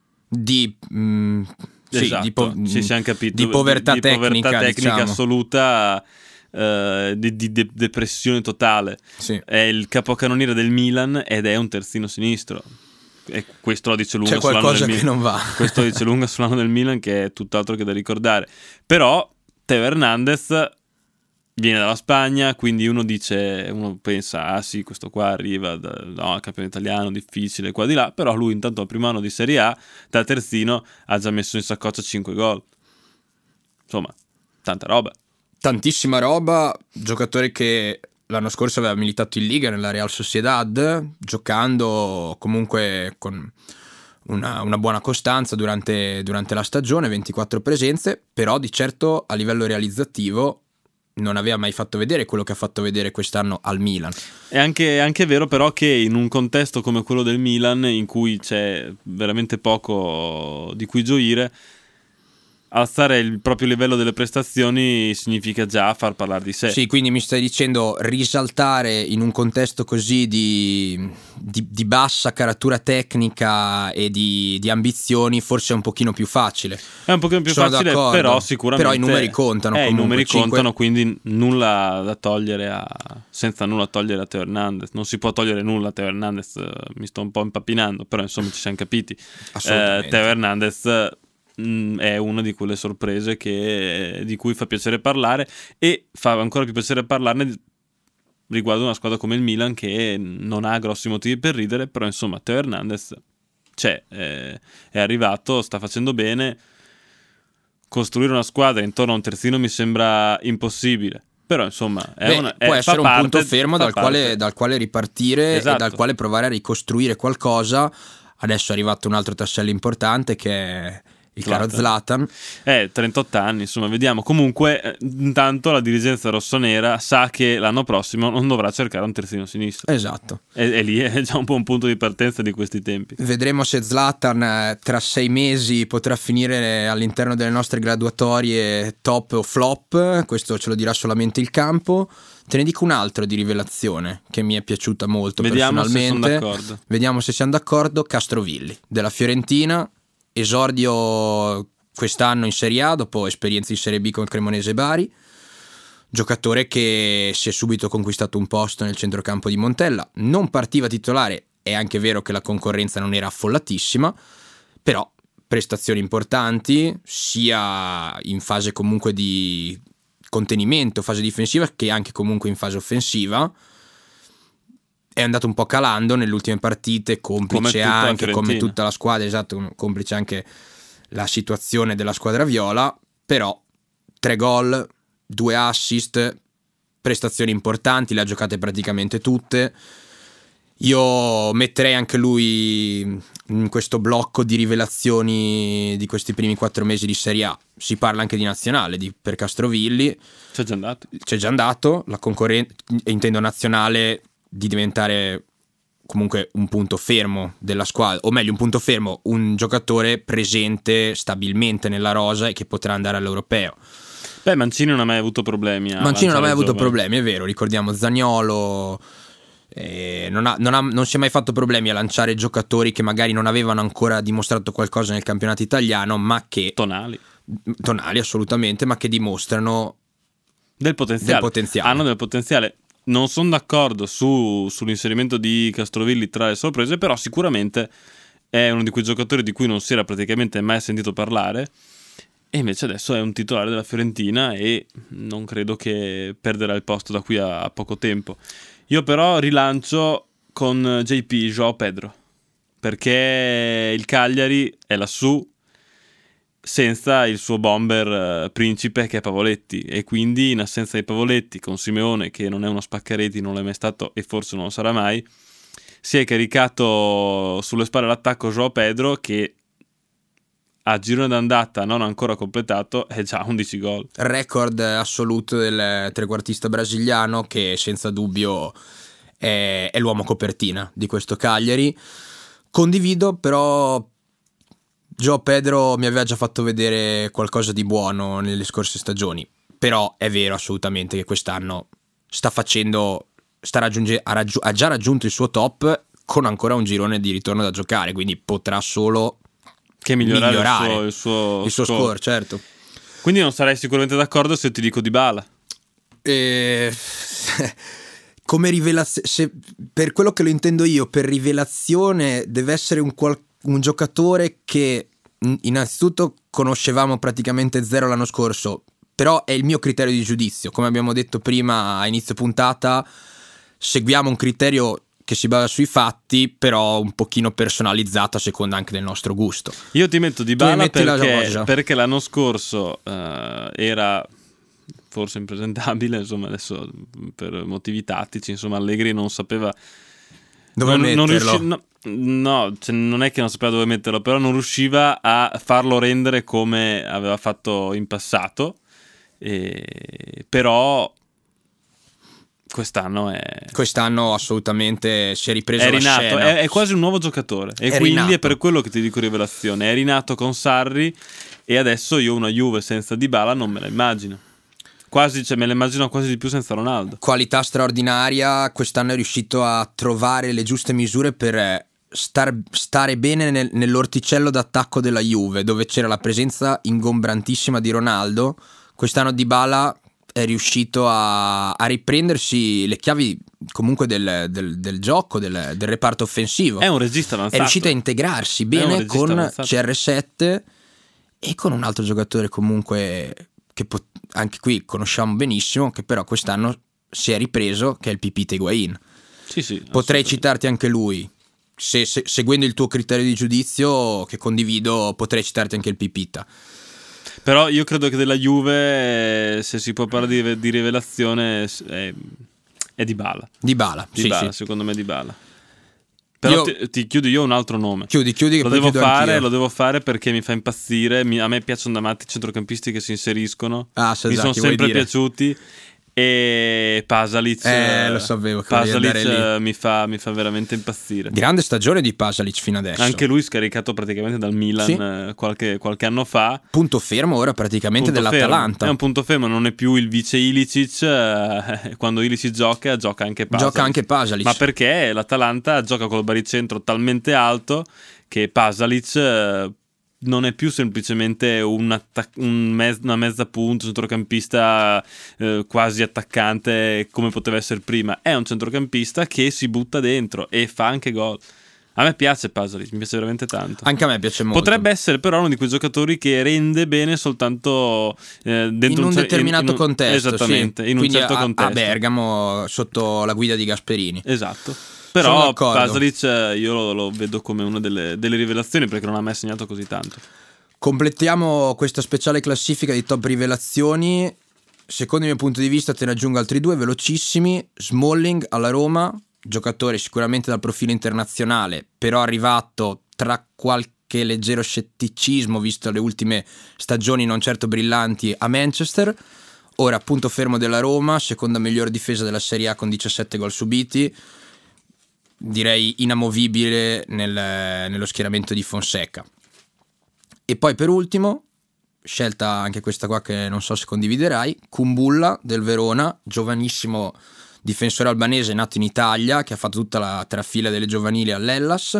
Di mm, sì, esatto, di, po- ci siamo capito, di povertà di, di tecnica, povertà tecnica diciamo. assoluta, eh, di, di de- depressione totale. Sì. È il capocannoniere del Milan ed è un terzino sinistro. E questo lo dice lunga C'è sull'anno qualcosa del che Milan. non va. Questo lo dice lunga sull'anno del Milan, che è tutt'altro che da ricordare. Però Teo Hernandez viene dalla Spagna, quindi uno dice, uno pensa, ah sì, questo qua arriva da, no, campione italiano, difficile, qua di là, però lui intanto al primo anno di Serie A, da terzino, ha già messo in saccoccia cinque gol. Insomma, tanta roba. Tantissima roba, giocatore che l'anno scorso aveva militato in Liga nella Real Sociedad, giocando comunque con una, una buona costanza durante, durante la stagione, ventiquattro presenze, però di certo a livello realizzativo non aveva mai fatto vedere quello che ha fatto vedere quest'anno al Milan. È anche, è anche vero però che in un contesto come quello del Milan, in cui c'è veramente poco di cui gioire, alzare il proprio livello delle prestazioni significa già far parlare di sé. Sì, quindi mi stai dicendo risaltare in un contesto così di, di, di bassa caratura tecnica e di, di ambizioni forse è un pochino più facile. È un pochino più Sono facile, d'accordo. però sicuramente Però i numeri contano Eh, i comunque, numeri cinque contano, quindi nulla da togliere a senza nulla togliere a Teo Hernandez. Non si può togliere nulla a Teo Hernandez, eh, mi sto un po' impappinando, però insomma ci siamo capiti. Assolutamente. Eh, Teo Hernandez mh, è una di quelle sorprese che, di cui fa piacere parlare, e fa ancora più piacere parlarne di- riguardo una squadra come il Milan, che non ha grossi motivi per ridere, però insomma Teo Hernandez c'è, eh, è arrivato, sta facendo bene. Costruire una squadra intorno a un terzino mi sembra impossibile, però insomma è Beh, una, è, può fa essere un parte- punto fermo fa dal parte. quale, dal quale ripartire Esatto. e dal quale provare a ricostruire qualcosa. Adesso è arrivato un altro tassello importante che è il caro Zlatan. Eh, trentotto anni, insomma, vediamo. Comunque, eh, intanto la dirigenza rossonera sa che l'anno prossimo non dovrà cercare un terzino sinistro. Esatto. E, e lì è già un po' un punto di partenza di questi tempi. Vedremo se Zlatan eh, tra sei mesi potrà finire all'interno delle nostre graduatorie top o flop. Questo ce lo dirà solamente il campo. Te ne dico un altro di rivelazione che mi è piaciuta molto Vediamo se sono personalmente. d'accordo. Vediamo se siamo d'accordo. Castrovilli della Fiorentina, esordio quest'anno in Serie A dopo esperienze in Serie B con Cremonese Bari, giocatore che si è subito conquistato un posto nel centrocampo di Montella, non partiva titolare, è anche vero che la concorrenza non era affollatissima, però prestazioni importanti sia in fase comunque di contenimento, fase difensiva, che anche comunque in fase offensiva. È andato un po' calando nelle ultime partite, complice Come tutta la anche come Fiorentina. tutta la squadra, esatto, complice anche la situazione della squadra viola, però tre gol, due assist, prestazioni importanti, le ha giocate praticamente tutte, Io metterei anche lui in questo blocco di rivelazioni di questi primi quattro mesi di Serie A. Si parla anche di nazionale, di, per Castrovilli. C'è già andato. C'è già andato, la concorrenza, intendo nazionale, di diventare comunque un punto fermo della squadra, o meglio un punto fermo, un giocatore presente stabilmente nella rosa e che potrà andare all'europeo. Beh, Mancini non ha mai avuto problemi. Mancini non ha mai avuto giovane. problemi, è vero, ricordiamo Zaniolo. Eh, non, ha, non, ha, non si è mai fatto problemi a lanciare giocatori che magari non avevano ancora dimostrato qualcosa nel campionato italiano, ma che tonali tonali assolutamente, ma che dimostrano del potenziale, del potenziale. hanno del potenziale. Non sono d'accordo su, sull'inserimento di Castrovilli tra le sorprese, però sicuramente è uno di quei giocatori di cui non si era praticamente mai sentito parlare, e invece adesso è un titolare della Fiorentina e non credo che perderà il posto da qui a, a poco tempo. Io però rilancio con J P, João Pedro, perché il Cagliari è lassù senza il suo bomber principe che è Pavoletti, e quindi in assenza di Pavoletti, con Simeone che non è uno spaccareti, non l'è mai stato e forse non lo sarà mai, si è caricato sulle spalle l'attacco João Pedro, che a girone d'andata non ancora completato è già undici gol. Record assoluto del trequartista brasiliano, che senza dubbio è, è l'uomo copertina di questo Cagliari. Condivido, però João Pedro mi aveva già fatto vedere qualcosa di buono nelle scorse stagioni, però è vero assolutamente che quest'anno sta facendo sta raggiunge, ha, raggiu- ha già raggiunto il suo top con ancora un girone di ritorno da giocare, quindi potrà solo che migliorare, migliorare il suo, il suo, il suo score. score, certo. Quindi non sarei sicuramente d'accordo se ti dico Dybala. Eh, come rivelazione, per quello che lo intendo io, per rivelazione deve essere un, qual- un giocatore che innanzitutto conoscevamo praticamente zero l'anno scorso, però è il mio criterio di giudizio. Come abbiamo detto prima a inizio puntata, seguiamo un criterio che si basa sui fatti, però un pochino personalizzato a seconda anche del nostro gusto. Io ti metto Dybala perché, la perché l'anno scorso uh, era forse impresentabile, insomma adesso per motivi tattici, insomma Allegri non sapeva dove non, metterlo. Non riusci- no, no cioè non è che non sapeva dove metterlo, però non riusciva a farlo rendere come aveva fatto in passato, e, però quest'anno è quest'anno assolutamente si è ripreso è la rinato, scena. È, è quasi un nuovo giocatore, e è quindi rinato. È per quello che ti dico rivelazione. È rinato con Sarri, e adesso io una Juve senza Dybala non me la immagino. Quasi, cioè me la immagino quasi di più senza Ronaldo. Qualità straordinaria, quest'anno è riuscito a trovare le giuste misure per star, stare bene nel, nell'orticello d'attacco della Juve, dove c'era la presenza ingombrantissima di Ronaldo. Quest'anno Dybala è riuscito a, a riprendersi le chiavi comunque del, del, del gioco, del, del reparto offensivo. È un regista avanzato. È riuscito a integrarsi bene con avanzato. C R sette e con un altro giocatore comunque che pot- anche qui conosciamo benissimo, che però quest'anno si è ripreso, che è il Pipita Higuaín. Sì, sì, potrei citarti anche lui. Se, se, seguendo il tuo criterio di giudizio, che condivido, potrei citarti anche il Pipita. Però io credo che della Juve, se si può parlare di, di rivelazione, è, è Dybala. Dybala, Dybala, sì, sì. Secondo me Dybala. Però io, ti, ti chiudo io un altro nome. Chiudi, chiudi che lo poi devo chiudo fare, anch'io. lo devo fare perché mi fa impazzire. Mi, a me piacciono da matti i centrocampisti che si inseriscono. Ah, so mi già, sono chi sempre vuoi dire. piaciuti. E Pasalic, eh, lo sapevo che Pasalic mi fa, mi fa veramente impazzire. Grande stagione di Pasalic fino adesso. Anche lui scaricato praticamente dal Milan, sì. qualche, qualche anno fa. Punto fermo ora praticamente punto dell'Atalanta. Fermo. È un punto fermo, non è più il vice Ilicic. Eh, quando Ilicic gioca, gioca anche Pasalic. Gioca anche Pasalic. Ma perché l'Atalanta gioca col baricentro talmente alto che Pasalic eh, non è più semplicemente un attac- un mezz- una mezza punta, un centrocampista eh, quasi attaccante come poteva essere prima. È un centrocampista che si butta dentro e fa anche gol. A me piace Pasalic, mi piace veramente tanto. Anche a me piace molto. Potrebbe essere però uno di quei giocatori che rende bene soltanto eh, dentro in un cer- determinato in, in un, contesto. esattamente, sì. in un Quindi certo a, contesto. a Bergamo sotto la guida di Gasperini. Esatto. Però Pasalic io lo, lo vedo come una delle, delle rivelazioni, perché non ha mai segnato così tanto. Completiamo questa speciale classifica di top rivelazioni. Secondo il mio punto di vista te ne aggiungo altri due velocissimi. Smalling alla Roma, giocatore sicuramente dal profilo internazionale, però arrivato tra qualche leggero scetticismo visto le ultime stagioni non certo brillanti a Manchester. Ora punto fermo della Roma, seconda miglior difesa della Serie A con diciassette gol subiti, direi inamovibile nel, nello schieramento di Fonseca. E poi per ultimo, scelta anche questa qua che non so se condividerai, Kumbulla del Verona, giovanissimo difensore albanese nato in Italia, che ha fatto tutta la trafila delle giovanili all'Hellas.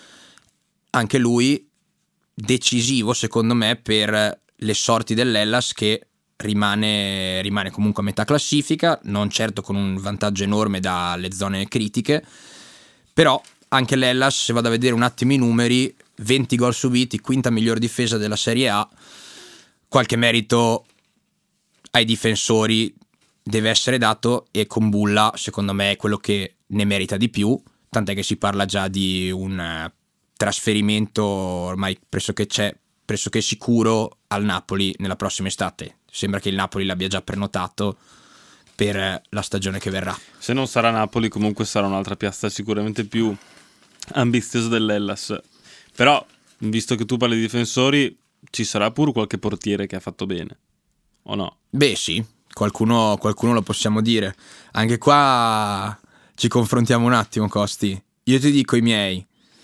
Anche lui decisivo secondo me per le sorti dell'Hellas, che rimane, rimane comunque a metà classifica, non certo con un vantaggio enorme dalle zone critiche, però anche l'Hellas, se vado a vedere un attimo i numeri, venti gol subiti, quinta miglior difesa della Serie A, qualche merito ai difensori deve essere dato, e con Bulla secondo me è quello che ne merita di più, tant'è che si parla già di un trasferimento ormai pressoché c'è pressoché sicuro al Napoli nella prossima estate. Sembra che il Napoli l'abbia già prenotato per la stagione che verrà. Se non sarà Napoli, comunque sarà un'altra piazza sicuramente più ambiziosa dell'Hellas. Però, visto che tu parli di difensori, ci sarà pure qualche portiere che ha fatto bene, o no? Beh sì, qualcuno, qualcuno lo possiamo dire. Anche qua ci confrontiamo un attimo, Costi. Io ti dico i miei.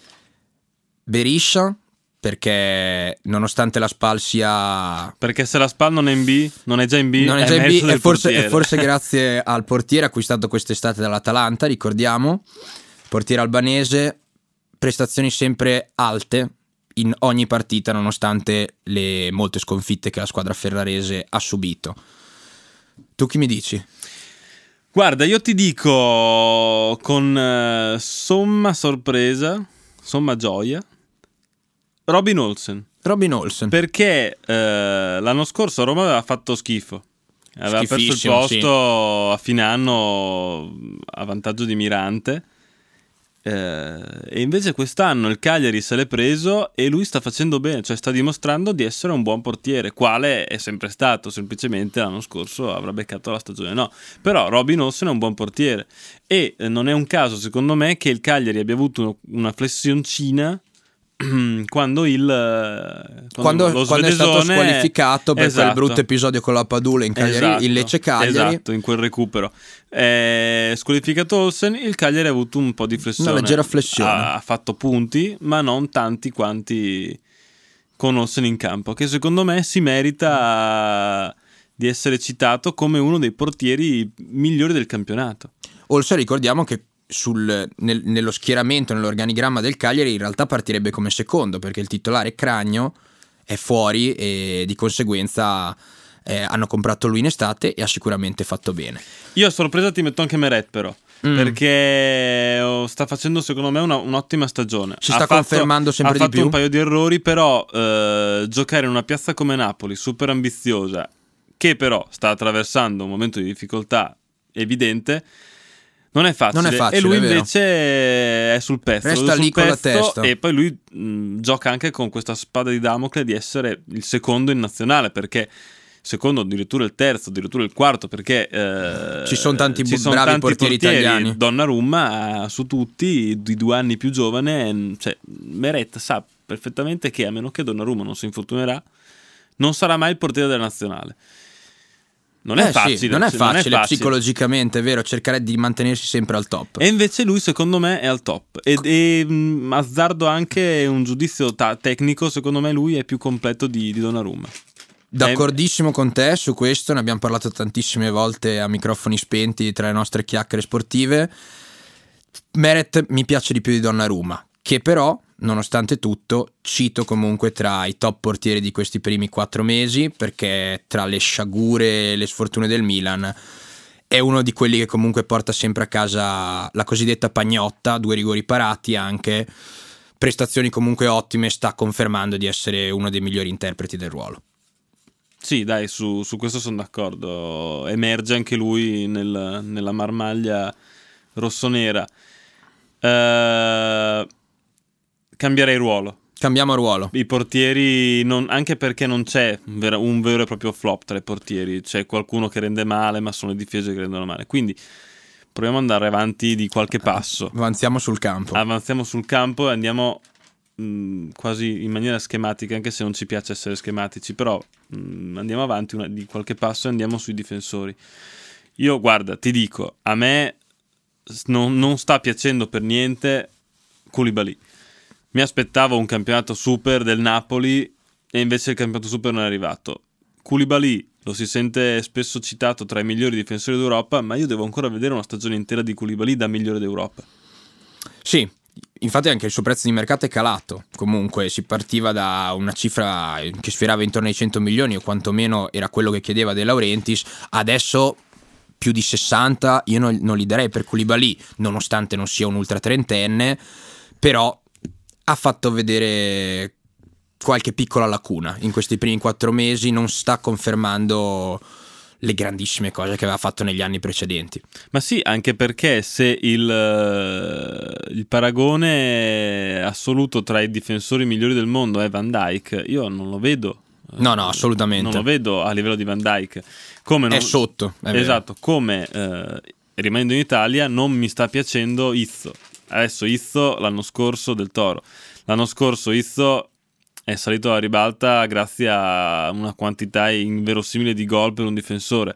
Berisha, perché nonostante la Spal sia... Perché se la Spal non è in B, non è già in B, non è è già in B, e forse, e forse grazie al portiere acquistato quest'estate dall'Atalanta, ricordiamo, portiere albanese, prestazioni sempre alte in ogni partita nonostante le molte sconfitte che la squadra ferrarese ha subito. Tu chi mi dici? Guarda, io ti dico con uh, somma sorpresa, somma gioia, Robin Olsen. Robin Olsen. Perché eh, l'anno scorso Roma aveva fatto schifo. Aveva perso il posto sì. a fine anno a vantaggio di Mirante. Eh, e invece quest'anno il Cagliari se l'è preso e lui sta facendo bene, cioè sta dimostrando di essere un buon portiere, quale è sempre stato, semplicemente l'anno scorso avrà beccato la stagione no. Però Robin Olsen è un buon portiere e eh, non è un caso secondo me che il Cagliari abbia avuto una flessioncina quando il quando, quando, quando è stato squalificato per esatto. quel brutto episodio con la Padula in Cagliari, esatto. in Lecce Cagliari, esatto, in quel recupero eh, squalificato Olsen, il Cagliari ha avuto un po' di flessione, una leggera flessione, ha, ha fatto punti ma non tanti quanti con Olsen in campo, che secondo me si merita di essere citato come uno dei portieri migliori del campionato. Olsen, ricordiamo che Sul, nel, nello schieramento, nell'organigramma del Cagliari in realtà partirebbe come secondo, perché il titolare Cragno è fuori e di conseguenza eh, hanno comprato lui in estate e ha sicuramente fatto bene. Io a sorpresa ti metto anche Meret però mm. perché oh, sta facendo secondo me una, un'ottima stagione, si sta ha confermando fatto, sempre di più, ha fatto un paio di errori, però eh, giocare in una piazza come Napoli super ambiziosa, che però sta attraversando un momento di difficoltà evidente, non è facile, non è facile, e lui è invece è sul pezzo, resta lì sul con pezzo, la testa, e poi lui mh, gioca anche con questa spada di Damocle di essere il secondo in nazionale, perché secondo addirittura il terzo, addirittura il quarto, perché eh, ci sono tanti ci bu- sono bravi tanti portieri, portieri italiani. Donnarumma su tutti di due anni più giovane, cioè Meret sa perfettamente che a meno che Donnarumma non si infortunerà non sarà mai il portiere della nazionale. Non è, eh facile, sì, non è facile, non è facile psicologicamente, è vero, cercare di mantenersi sempre al top. E invece lui secondo me è al top. E, e mh, azzardo anche un giudizio ta- tecnico, secondo me lui è più completo di, di Donnarumma. D'accordissimo con te su questo, ne abbiamo parlato tantissime volte a microfoni spenti tra le nostre chiacchiere sportive. Meret mi piace di più di Donnarumma, che però, nonostante tutto, cito comunque tra i top portieri di questi primi quattro mesi, perché tra le sciagure e le sfortune del Milan è uno di quelli che comunque porta sempre a casa la cosiddetta pagnotta, due rigori parati anche, prestazioni comunque ottime, sta confermando di essere uno dei migliori interpreti del ruolo. Sì, dai, su, su questo sono d'accordo. Emerge anche lui nel, nella marmaglia rossonera. Uh, cambierei ruolo. Cambiamo ruolo. I portieri, non, anche perché non c'è un vero, un vero e proprio flop tra i portieri. C'è qualcuno che rende male, ma sono le difese che rendono male. Quindi proviamo ad andare avanti di qualche passo. Avanziamo sul campo. Avanziamo sul campo e andiamo mh, quasi in maniera schematica, anche se non ci piace essere schematici, però mh, andiamo avanti una, di qualche passo e andiamo sui difensori. Io, guarda, ti dico, a me non, non sta piacendo per niente Koulibaly. Mi aspettavo un campionato super del Napoli e invece il campionato super non è arrivato. Koulibaly lo si sente spesso citato tra i migliori difensori d'Europa, ma io devo ancora vedere una stagione intera di Koulibaly da migliore d'Europa. Sì, infatti anche il suo prezzo di mercato è calato. Comunque si partiva da una cifra che sfiorava intorno ai cento milioni, o quantomeno era quello che chiedeva De Laurentiis. Adesso più di sessanta io non, non li darei per Koulibaly, nonostante non sia un ultra trentenne, però ha fatto vedere qualche piccola lacuna in questi primi quattro mesi, non sta confermando le grandissime cose che aveva fatto negli anni precedenti. Ma sì, anche perché se il, il paragone assoluto tra i difensori migliori del mondo è Van Dijk, io non lo vedo. No, no, assolutamente. Non lo vedo a livello di Van Dijk. Come non, è sotto. È esatto, come eh, rimanendo in Italia non mi sta piacendo Izzo. Adesso Izzo l'anno scorso del Toro. L'anno scorso Izzo è salito alla ribalta grazie a una quantità inverosimile di gol per un difensore.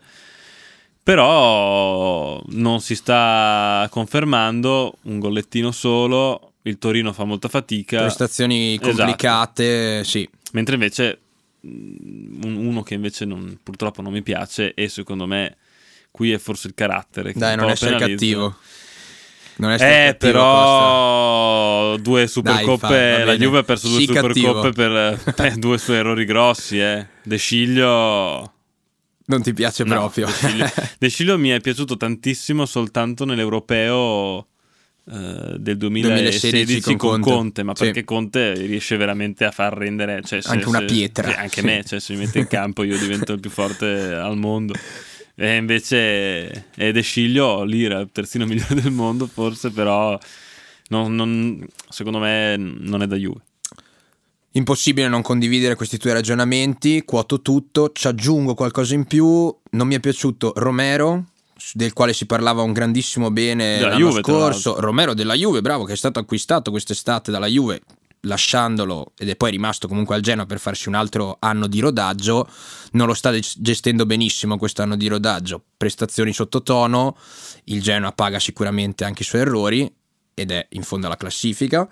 Però non si sta confermando, un gollettino solo, il Torino fa molta fatica. Prestazioni complicate, esatto. Sì. Mentre invece uno che invece non, purtroppo non mi piace, e secondo me qui è forse il carattere che dai, non essere cattivo. Non è eh, però Costa. Due supercoppe, dai, la Juve ha perso due sì, supercoppe per eh, due suoi errori grossi, eh. De Sciglio non ti piace no, proprio. De Sciglio. De Sciglio mi è piaciuto tantissimo soltanto nell'europeo eh, del duemilasedici con, con Conte, Conte ma sì. Perché Conte riesce veramente a far rendere, cioè, se, anche una se, pietra. Se, anche sì. me, cioè se mi mette in campo io divento il più forte al mondo. E invece è De Sciglio lì era il terzino migliore del mondo forse, però non, non, secondo me non è da Juve. Impossibile non condividere questi tuoi ragionamenti, quoto tutto, ci aggiungo qualcosa in più. Non mi è piaciuto Romero, del quale si parlava un grandissimo bene della l'anno Juve, scorso. Romero della Juve, bravo, che è stato acquistato quest'estate dalla Juve, lasciandolo, ed è poi rimasto comunque al Genoa per farsi un altro anno di rodaggio. Non lo sta gestendo benissimo quest'anno di rodaggio, prestazioni sottotono, il Genoa paga sicuramente anche i suoi errori ed è in fondo alla classifica.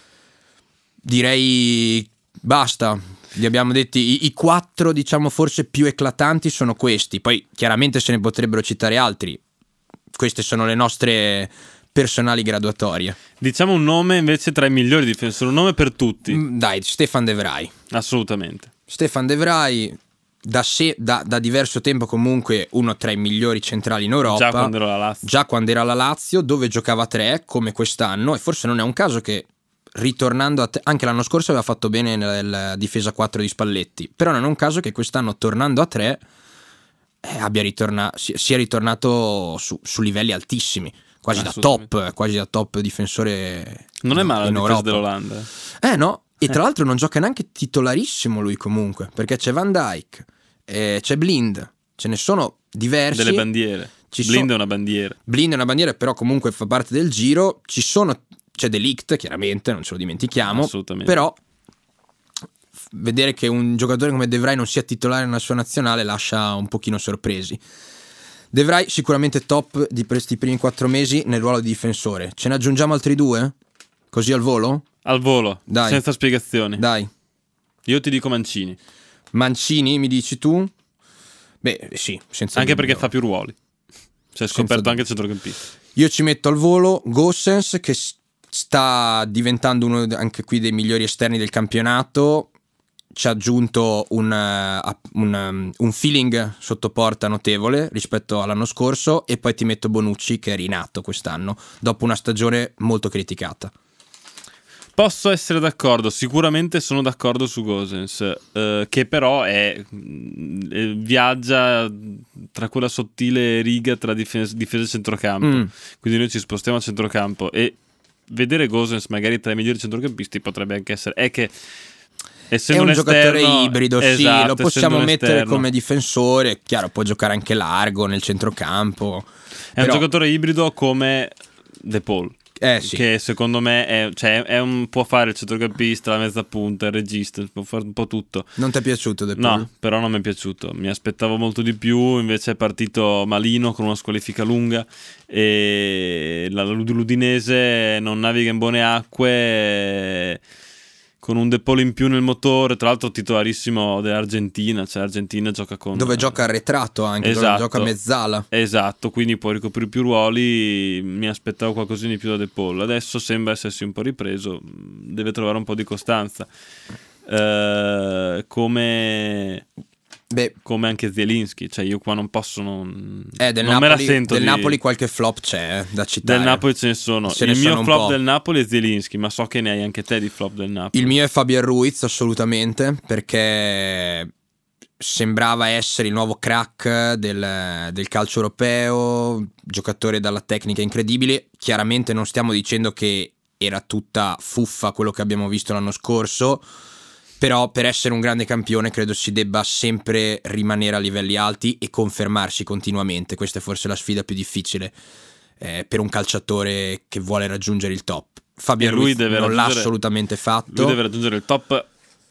Direi basta, li abbiamo detti, i, i quattro diciamo forse più eclatanti sono questi, poi chiaramente se ne potrebbero citare altri, queste sono le nostre personali graduatorie. Diciamo un nome invece tra i migliori difensori, un nome per tutti. Dai, Stefan De Vrij. Assolutamente. Stefan De Vrij da, se, da, da diverso tempo comunque uno tra i migliori centrali in Europa. Già quando era la Lazio. Già quando era la Lazio, dove giocava a tre come quest'anno, e forse non è un caso che ritornando a te, anche l'anno scorso aveva fatto bene nella difesa quattro di Spalletti, però non è un caso che quest'anno tornando a tre eh, abbia ritornato, sia ritornato su, su livelli altissimi. Quasi da top, quasi da top difensore. Non è male in la difesa Europa. dell'Olanda. Eh no, e tra eh. l'altro non gioca neanche titolarissimo lui comunque, perché c'è Van Dijk, eh, c'è Blind, ce ne sono diversi. Delle bandiere. Ci Blind so- è una bandiera. Blind è una bandiera, però comunque fa parte del giro. Ci sono, c'è De Ligt, chiaramente, non ce lo dimentichiamo. Assolutamente. Però vedere che un giocatore come De Vrij non sia titolare nella sua nazionale lascia un pochino sorpresi. De Vrij sicuramente top di questi primi quattro mesi nel ruolo di difensore. Ce ne aggiungiamo altri due? Così al volo? Al volo, dai, senza spiegazioni. Dai. Io ti dico Mancini. Mancini, mi dici tu? Beh, sì, senza anche dubbio. Perché fa più ruoli. Si è scoperto anche il centrocampista. Io ci metto al volo Gosens, che sta diventando uno anche qui dei migliori esterni del campionato. Ci ha aggiunto un, un, un feeling sotto porta notevole rispetto all'anno scorso, e poi ti metto Bonucci, che è rinato quest'anno dopo una stagione molto criticata. Posso essere d'accordo, sicuramente sono d'accordo su Gosens, eh, che però è, è viaggia tra quella sottile riga tra difesa, difesa e centrocampo, mm. quindi noi ci spostiamo a centrocampo, e vedere Gosens magari tra i migliori centrocampisti potrebbe anche essere, è che essendo è un, un giocatore esterno, ibrido, esatto, sì, lo possiamo mettere esterno. come difensore, chiaro, può giocare anche largo nel centrocampo. È Però, un giocatore ibrido come De Paul. Eh, sì. Che secondo me è, cioè, è un, può fare il centrocampista, la mezza punta, il regista, può fare un po' tutto. Non ti è piaciuto De Paul? No, però non mi è piaciuto. Mi aspettavo molto di più, invece è partito malino con una squalifica lunga e la l'Udinese non naviga in buone acque. Con un De Paul in più nel motore, tra l'altro titolarissimo dell'Argentina, cioè l'Argentina gioca con... Dove gioca arretrato anche, esatto, dove gioca mezzala. Esatto, quindi può ricoprire più ruoli, mi aspettavo qualcosina di più da De Paul, adesso sembra essersi un po' ripreso, deve trovare un po' di costanza, eh, come... Beh, come anche Zielinski, cioè io qua non posso non, eh, del non Napoli, me la sento del di... Napoli qualche flop c'è eh, da citare. Del Napoli ce ne sono. Ce il ne mio sono flop del Napoli è Zielinski, ma so che ne hai anche te di flop del Napoli. Il mio è Fabian Ruiz, assolutamente, perché sembrava essere il nuovo crack del, del calcio europeo, giocatore dalla tecnica incredibile. Chiaramente non stiamo dicendo che era tutta fuffa quello che abbiamo visto l'anno scorso, però per essere un grande campione credo si debba sempre rimanere a livelli alti e confermarsi continuamente. Questa è forse la sfida più difficile eh, per un calciatore che vuole raggiungere il top. Fabian Ruiz non l'ha assolutamente fatto. Lui deve raggiungere il top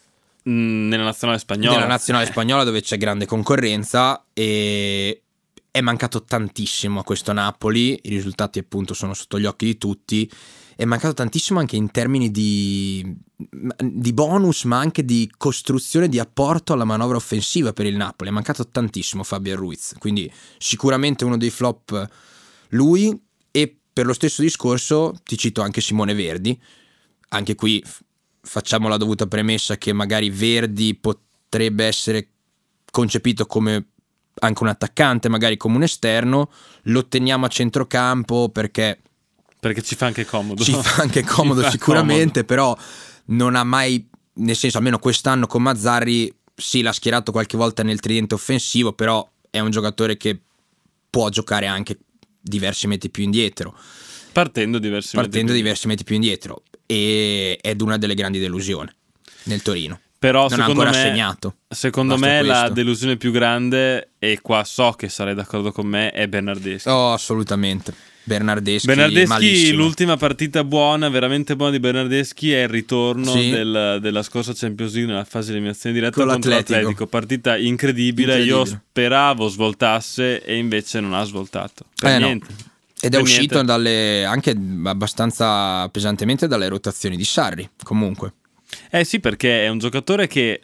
mh, nella nazionale spagnola. Nella nazionale spagnola dove c'è grande concorrenza, e è mancato tantissimo a questo Napoli. I risultati appunto sono sotto gli occhi di tutti. È mancato tantissimo anche in termini di, di bonus, ma anche di costruzione, di apporto alla manovra offensiva per il Napoli. È mancato tantissimo Fabian Ruiz, quindi sicuramente uno dei flop lui. E per lo stesso discorso ti cito anche Simone Verdi. Anche qui f- facciamo la dovuta premessa che magari Verdi potrebbe essere concepito come anche un attaccante, magari come un esterno. Lo teniamo a centrocampo perché... Perché ci fa anche comodo. Ci fa anche comodo sicuramente, comodo. Però non ha mai, nel senso, almeno quest'anno con Mazzarri, sì, l'ha schierato qualche volta nel tridente offensivo, però è un giocatore che può giocare anche diversi metri più indietro. Partendo diversi Partendo metri diversi metri più indietro. E ed una delle grandi delusioni nel Torino. Però non ha secondo ancora me, segnato. Secondo Basta me questo. La delusione più grande, e qua so che sarai d'accordo con me, è Bernardeschi. Oh, assolutamente. Bernardeschi, Bernardeschi malissimo. L'ultima partita buona, veramente buona di Bernardeschi è il ritorno sì. del, della scorsa Champions League nella fase di eliminazione diretta con contro l'Atletico. l'Atletico. Partita incredibile. incredibile, io speravo svoltasse e invece non ha svoltato per eh, niente. No. Ed è per uscito niente. dalle anche abbastanza pesantemente dalle rotazioni di Sarri, comunque. Eh sì, perché è un giocatore che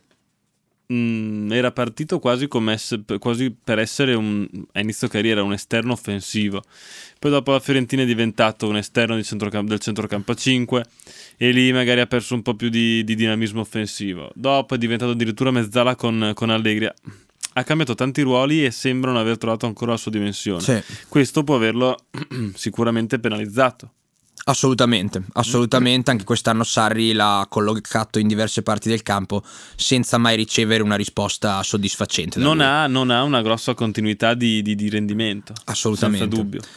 mh, era partito quasi, come ess- quasi per essere un, a inizio carriera un esterno offensivo. Poi dopo la Fiorentina è diventato un esterno di centrocamp- del centrocampo a cinque e lì magari ha perso un po' più di, di dinamismo offensivo. Dopo è diventato addirittura mezzala con, con Allegri. Ha cambiato tanti ruoli e sembra non aver trovato ancora la sua dimensione. Sì. Questo può averlo sicuramente penalizzato. Assolutamente, assolutamente. Anche quest'anno Sarri l'ha collocato in diverse parti del campo senza mai ricevere una risposta soddisfacente. Non ha, non ha una grossa continuità di, di, di rendimento. Assolutamente. Senza dubbio.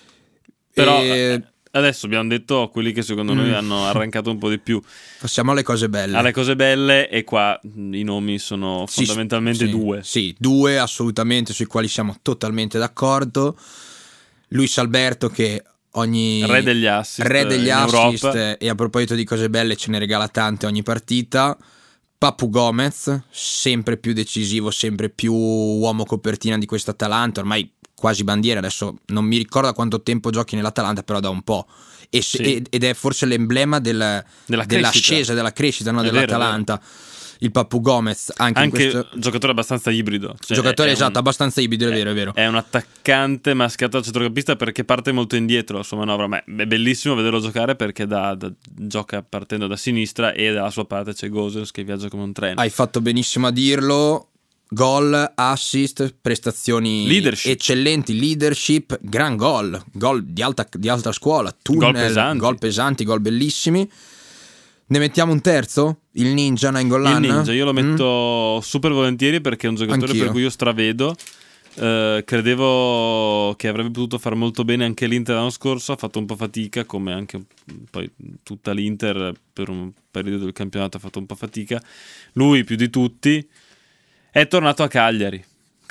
Però e... adesso abbiamo detto quelli che secondo mm. noi hanno arrancato un po' di più. Passiamo alle cose belle. Alle cose belle, e qua i nomi sono sì, fondamentalmente sì, due. Sì, due assolutamente, sui quali siamo totalmente d'accordo. Luis Alberto, che ogni re degli assist, re degli assist Europa. E a proposito di cose belle ce ne regala tante ogni partita. Papu Gomez, sempre più decisivo, sempre più uomo copertina di questa Atalanta, ormai quasi bandiera. Adesso non mi ricordo da quanto tempo giochi nell'Atalanta, però da un po'. E se, sì. Ed è forse l'emblema del, della dell'ascesa, della crescita, no, dell'Atalanta. Vero, il Papu Gomez, anche, anche in questo... giocatore abbastanza ibrido, cioè giocatore è esatto, un... abbastanza ibrido, è è, vero, è vero. È un attaccante maschiato al centrocampista perché parte molto indietro la sua manovra, ma è bellissimo vederlo giocare perché da, da, gioca partendo da sinistra e dalla sua parte c'è Gosens che viaggia come un treno. Hai fatto benissimo a dirlo. Gol, assist, prestazioni leadership. eccellenti, leadership, gran gol, gol di alta, di alta scuola, tunnel, gol pesanti. gol pesanti, gol bellissimi. Ne mettiamo un terzo? Il Ninja Nainggolan? Il Ninja, io lo metto mm? super volentieri perché è un giocatore Anch'io. per cui io stravedo. Uh, credevo che avrebbe potuto fare molto bene anche l'Inter l'anno scorso, ha fatto un po' fatica, come anche poi tutta l'Inter per un periodo del campionato ha fatto un po' fatica. Lui più di tutti è tornato a Cagliari.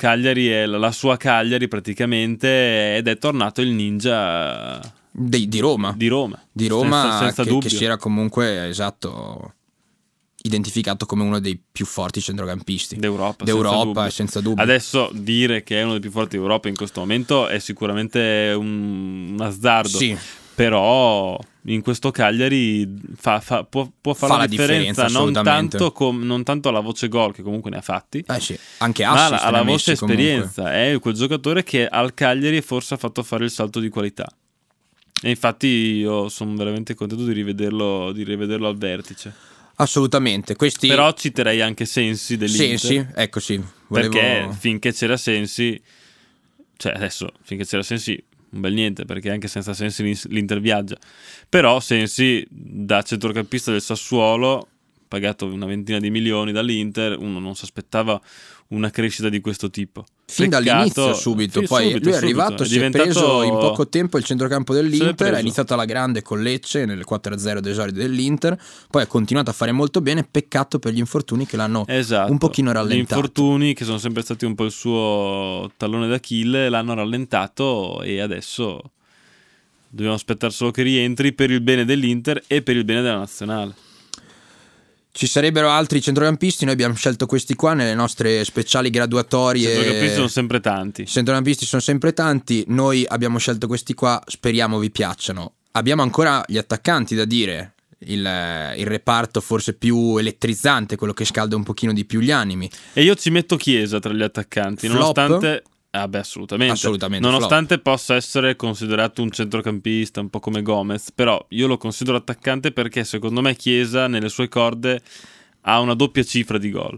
Cagliari è la, la sua Cagliari praticamente, ed è tornato il ninja di, di Roma di Roma, di Roma senza, senza che, dubbio. che si era comunque esatto identificato come uno dei più forti centrocampisti d'Europa, d'Europa senza dubbio. senza dubbio. Adesso dire che è uno dei più forti d'Europa in questo momento è sicuramente un, un azzardo, sì. Però in questo Cagliari fa, fa, può, può fare fa la la differenza, differenza non tanto, com, non tanto alla voce gol, che comunque ne ha fatti, eh sì, anche ma assist alla, alla ne ha voce messi esperienza. comunque. È quel giocatore che al Cagliari forse ha fatto fare il salto di qualità. E infatti io sono veramente contento di rivederlo, di rivederlo al vertice. Assolutamente. Questi... Però citerei anche Sensi dell'Inter. Sensi, ecco sì. Volevo... Perché finché c'era Sensi, cioè adesso finché c'era Sensi un bel niente, perché anche senza Sensi l'Inter viaggia. Però Sensi, da centrocampista del Sassuolo, pagato una ventina di milioni dall'Inter, uno non si aspettava una crescita di questo tipo. Fin Peccato, dall'inizio subito, fin, poi subito, lui è subito. arrivato, È si è diventato... preso in poco tempo il centrocampo dell'Inter, è è iniziato alla grande con Lecce nel quattro a zero d'esordio dell'Inter, poi ha continuato a fare molto bene, peccato per gli infortuni che l'hanno esatto. un pochino rallentato. Gli infortuni che sono sempre stati un po' il suo tallone d'Achille l'hanno rallentato e adesso dobbiamo aspettare solo che rientri per il bene dell'Inter e per il bene della nazionale. Ci sarebbero altri centrocampisti, noi abbiamo scelto questi qua nelle nostre speciali graduatorie. I centrocampisti sono sempre tanti. I centrocampisti sono sempre tanti, noi abbiamo scelto questi qua, speriamo vi piacciono. Abbiamo ancora gli attaccanti da dire, il, il reparto forse più elettrizzante, quello che scalda un pochino di più gli animi. E io ci metto Chiesa tra gli attaccanti, Flop? nonostante... Ah beh, assolutamente. Assolutamente Nonostante flop. possa essere considerato un centrocampista, un po' come Gomez, però io lo considero attaccante perché secondo me Chiesa nelle sue corde ha una doppia cifra di gol.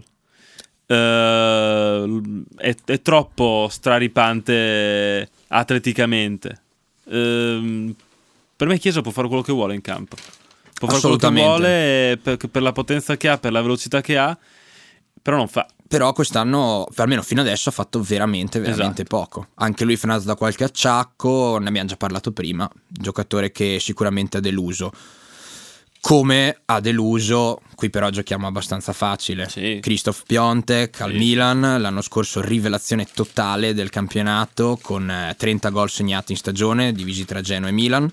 Uh, è, è troppo straripante atleticamente. Uh, per me Chiesa può fare quello che vuole in campo. Può fare quello che vuole per, per la potenza che ha, per la velocità che ha, però non fa. Però quest'anno, almeno fino adesso, ha fatto veramente, veramente esatto. poco. Anche lui frenato da qualche acciacco, ne abbiamo già parlato prima, giocatore che sicuramente ha deluso. Come ha deluso, qui però giochiamo abbastanza facile, sì. Krzysztof Piątek al sì. Milan, l'anno scorso rivelazione totale del campionato, con trenta gol segnati in stagione, divisi tra Genoa e Milan.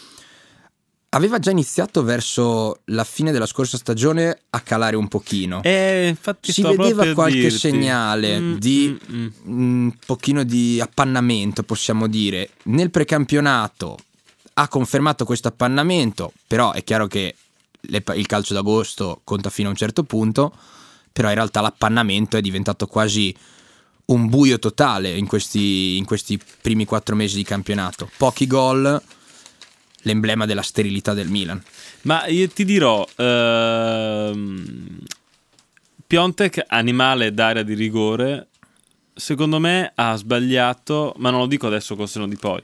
Aveva già iniziato verso la fine della scorsa stagione a calare un pochino. Eh, infatti si sto vedeva qualche dirti. segnale mm, di mm, mm. un pochino di appannamento, possiamo dire. Nel precampionato ha confermato questo appannamento, però è chiaro che le, il calcio d'agosto conta fino a un certo punto, però in realtà l'appannamento è diventato quasi un buio totale in questi, in questi primi quattro mesi di campionato. Pochi gol, l'emblema della sterilità del Milan. Ma io ti dirò, ehm, Piątek, animale d'area di rigore, secondo me ha sbagliato, ma non lo dico adesso col senno di poi,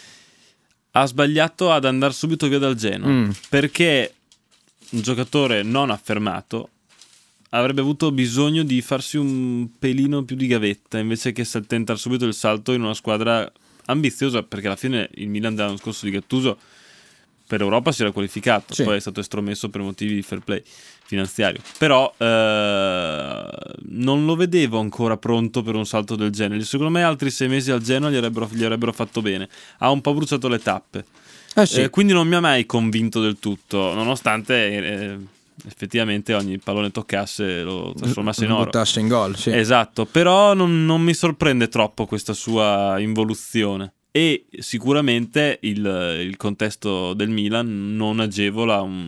ha sbagliato ad andare subito via dal Genoa, Mm. perché un giocatore non affermato avrebbe avuto bisogno di farsi un pelino più di gavetta invece che tentare subito il salto in una squadra ambiziosa, perché alla fine il Milan dell'anno scorso di Gattuso per Europa si era qualificato, sì. Poi è stato estromesso per motivi di fair play finanziario, però eh, non lo vedevo ancora pronto per un salto del genere. Secondo me altri sei mesi al Genoa gli avrebbero, gli avrebbero fatto bene. Ha un po' bruciato le tappe, Eh sì. eh, quindi non mi ha mai convinto del tutto, nonostante eh, effettivamente ogni pallone toccasse lo trasformasse in oro, buttasse in gol, sì. esatto. Però non, non mi sorprende troppo questa sua involuzione. E sicuramente il, il contesto del Milan non agevola un,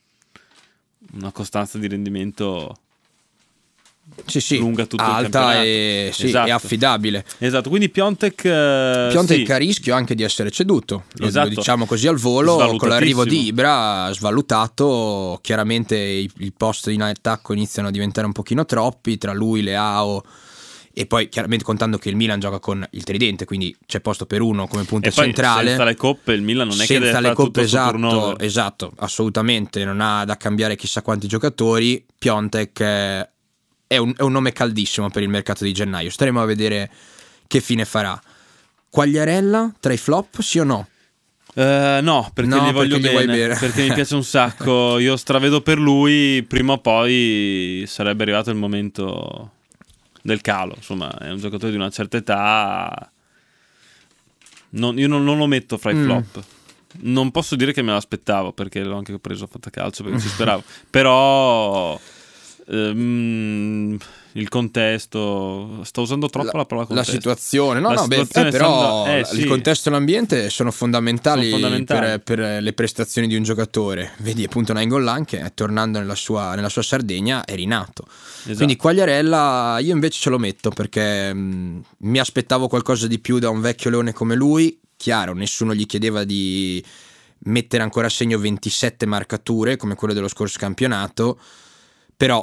una costanza di rendimento sì, sì, lunga tutto il alta campionato. e, sì, Esatto. e affidabile. Esatto, quindi Piątek eh, Piątek sì. a rischio anche di essere ceduto, lo, Esatto. lo diciamo così al volo, con l'arrivo di Svalutatissimo. Ibra svalutato, chiaramente i, i post in attacco iniziano a diventare un pochino troppi, tra lui, Leao, e poi chiaramente contando che il Milan gioca con il tridente, quindi c'è posto per uno come punta E poi centrale. senza le coppe il Milan non è senza che deve le fare coppe, tutto il suo esatto, turnover. esatto, assolutamente, non ha da cambiare chissà quanti giocatori. Piątek è è un, è un nome caldissimo per il mercato di gennaio, staremo a vedere che fine farà. Quagliarella tra i flop, sì o no? Uh, no, perché No, gli voglio perché gli vuoi bene, bene. perché mi piace un sacco. Io stravedo per lui, prima o poi sarebbe arrivato il momento del calo, insomma è un giocatore di una certa età, non, io non, non lo metto fra i mm. flop. Non posso dire che me l'aspettavo, perché l'ho anche preso a fantacalcio perché ci speravo, però ehm, il contesto, sto usando troppo la, la parola contesto, la situazione, no, la no, situazione beh, eh, però eh, il sì. contesto e l'ambiente sono fondamentali, sono fondamentali. Per, per le prestazioni di un giocatore. Vedi appunto Nainggolan che tornando nella sua, nella sua Sardegna è rinato. Esatto. Quindi Quagliarella io invece ce lo metto perché mh, mi aspettavo qualcosa di più da un vecchio leone come lui. Chiaro, nessuno gli chiedeva di mettere ancora a segno ventisette marcature come quelle dello scorso campionato, però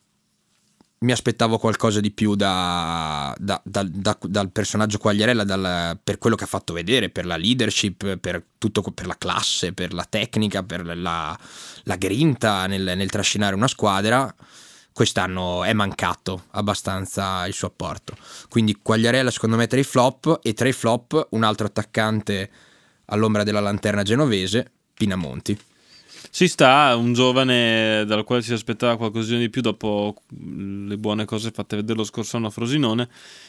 mi aspettavo qualcosa di più da, da, da, da, dal personaggio Quagliarella, dal, per quello che ha fatto vedere, per la leadership, per tutto, per la classe, per la tecnica, per la, la grinta nel, nel trascinare una squadra. Quest'anno è mancato abbastanza il suo apporto, quindi Quagliarella secondo me tra i flop, e tra i flop un altro attaccante all'ombra della lanterna genovese, Pinamonti. Ci sta, un giovane dal quale si aspettava qualcosina di più dopo le buone cose fatte vedere lo scorso anno a Frosinone.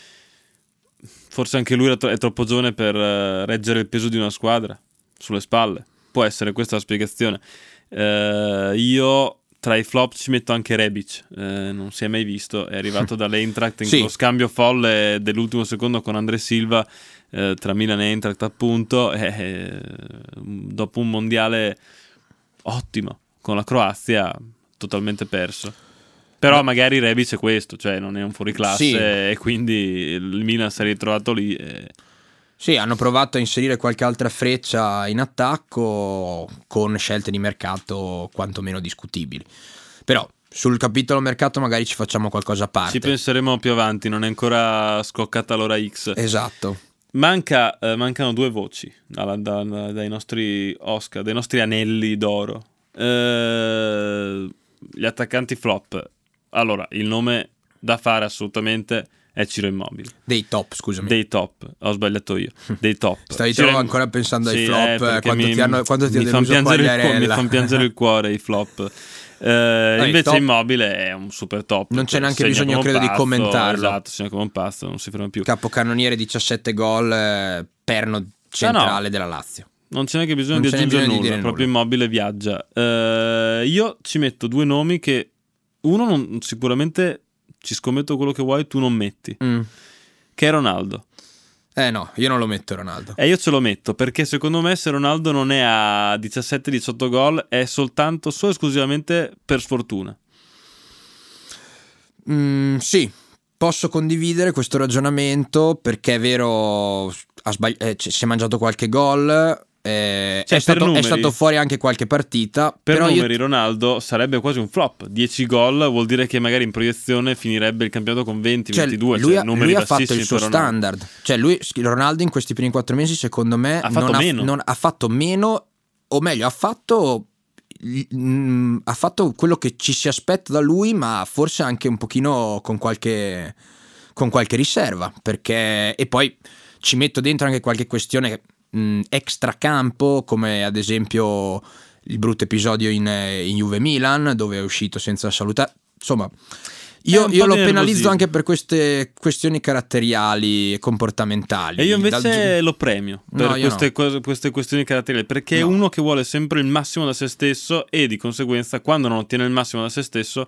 Forse anche lui è troppo giovane per reggere il peso di una squadra sulle spalle, può essere questa la spiegazione. eh, io tra i flop ci metto anche Rebic, eh, non si è mai visto, è arrivato dall'Eintracht in sì. quello scambio folle dell'ultimo secondo con André Silva, eh, tra Milan e Eintracht appunto, eh, dopo un mondiale ottimo con la Croazia totalmente perso. Però magari Rebic è questo, cioè non è un fuoriclasse, sì. e quindi il Milan si è ritrovato lì e... Sì, hanno provato a inserire qualche altra freccia in attacco con scelte di mercato quantomeno discutibili. Però sul capitolo mercato magari ci facciamo qualcosa a parte. Ci penseremo più avanti, non è ancora scoccata l'ora X. Esatto. Manca, eh, mancano due voci da, da, dai nostri Oscar, dai nostri anelli d'oro. Eh, gli attaccanti flop. Allora, il nome da fare assolutamente è Ciro Immobile. Dei top, scusami. Dei top, ho sbagliato io. Dei top. Stavi Ciro... tu ancora pensando ai sì, flop, eh, quando mi, ti hanno quando ti mi, hanno fanno piangere il, mi fanno piangere il cuore i flop. Eh, no, invece top... Immobile è un super top. Non c'è neanche bisogno, credo, pazzo, di commentarlo. Esatto, segna come un pazzo, non si ferma più. Capocannoniere, diciassette gol, eh, perno centrale ah, no. della Lazio. Non c'è neanche bisogno non di aggiungere nulla, di proprio nulla. Immobile viaggia. Eh, io ci metto due nomi che uno non, sicuramente ci scommetto quello che vuoi, tu non metti. Mm. Che è Ronaldo. Eh no, io non lo metto Ronaldo. E io ce lo metto perché secondo me se Ronaldo non è a diciassette diciotto gol è soltanto, solo esclusivamente per sfortuna. Mm, sì, posso condividere questo ragionamento perché è vero, ha sbagli- eh, si è mangiato qualche gol. Eh, cioè, è, stato, numeri, è stato fuori anche qualche partita. Per però numeri io... Ronaldo sarebbe quasi un flop. dieci gol vuol dire che magari in proiezione finirebbe il campionato con venti cioè, ventidue. Lui, cioè, ha, numeri lui ha fatto il suo standard. Ronaldo. Cioè lui, Ronaldo in questi primi quattro mesi secondo me ha fatto non, meno. Ha, non ha fatto meno, o meglio ha fatto mh, ha fatto quello che ci si aspetta da lui, ma forse anche un pochino con qualche con qualche riserva, perché e poi ci metto dentro anche qualche questione extracampo, come ad esempio il brutto episodio in, in Juve Milan dove è uscito senza salutare. Insomma, io, io lo penalizzo anche per queste questioni caratteriali e comportamentali. E io invece Dal... lo premio per no, queste, no. cose, queste questioni caratteriali, perché no. è uno che vuole sempre il massimo da se stesso e di conseguenza quando non ottiene il massimo da se stesso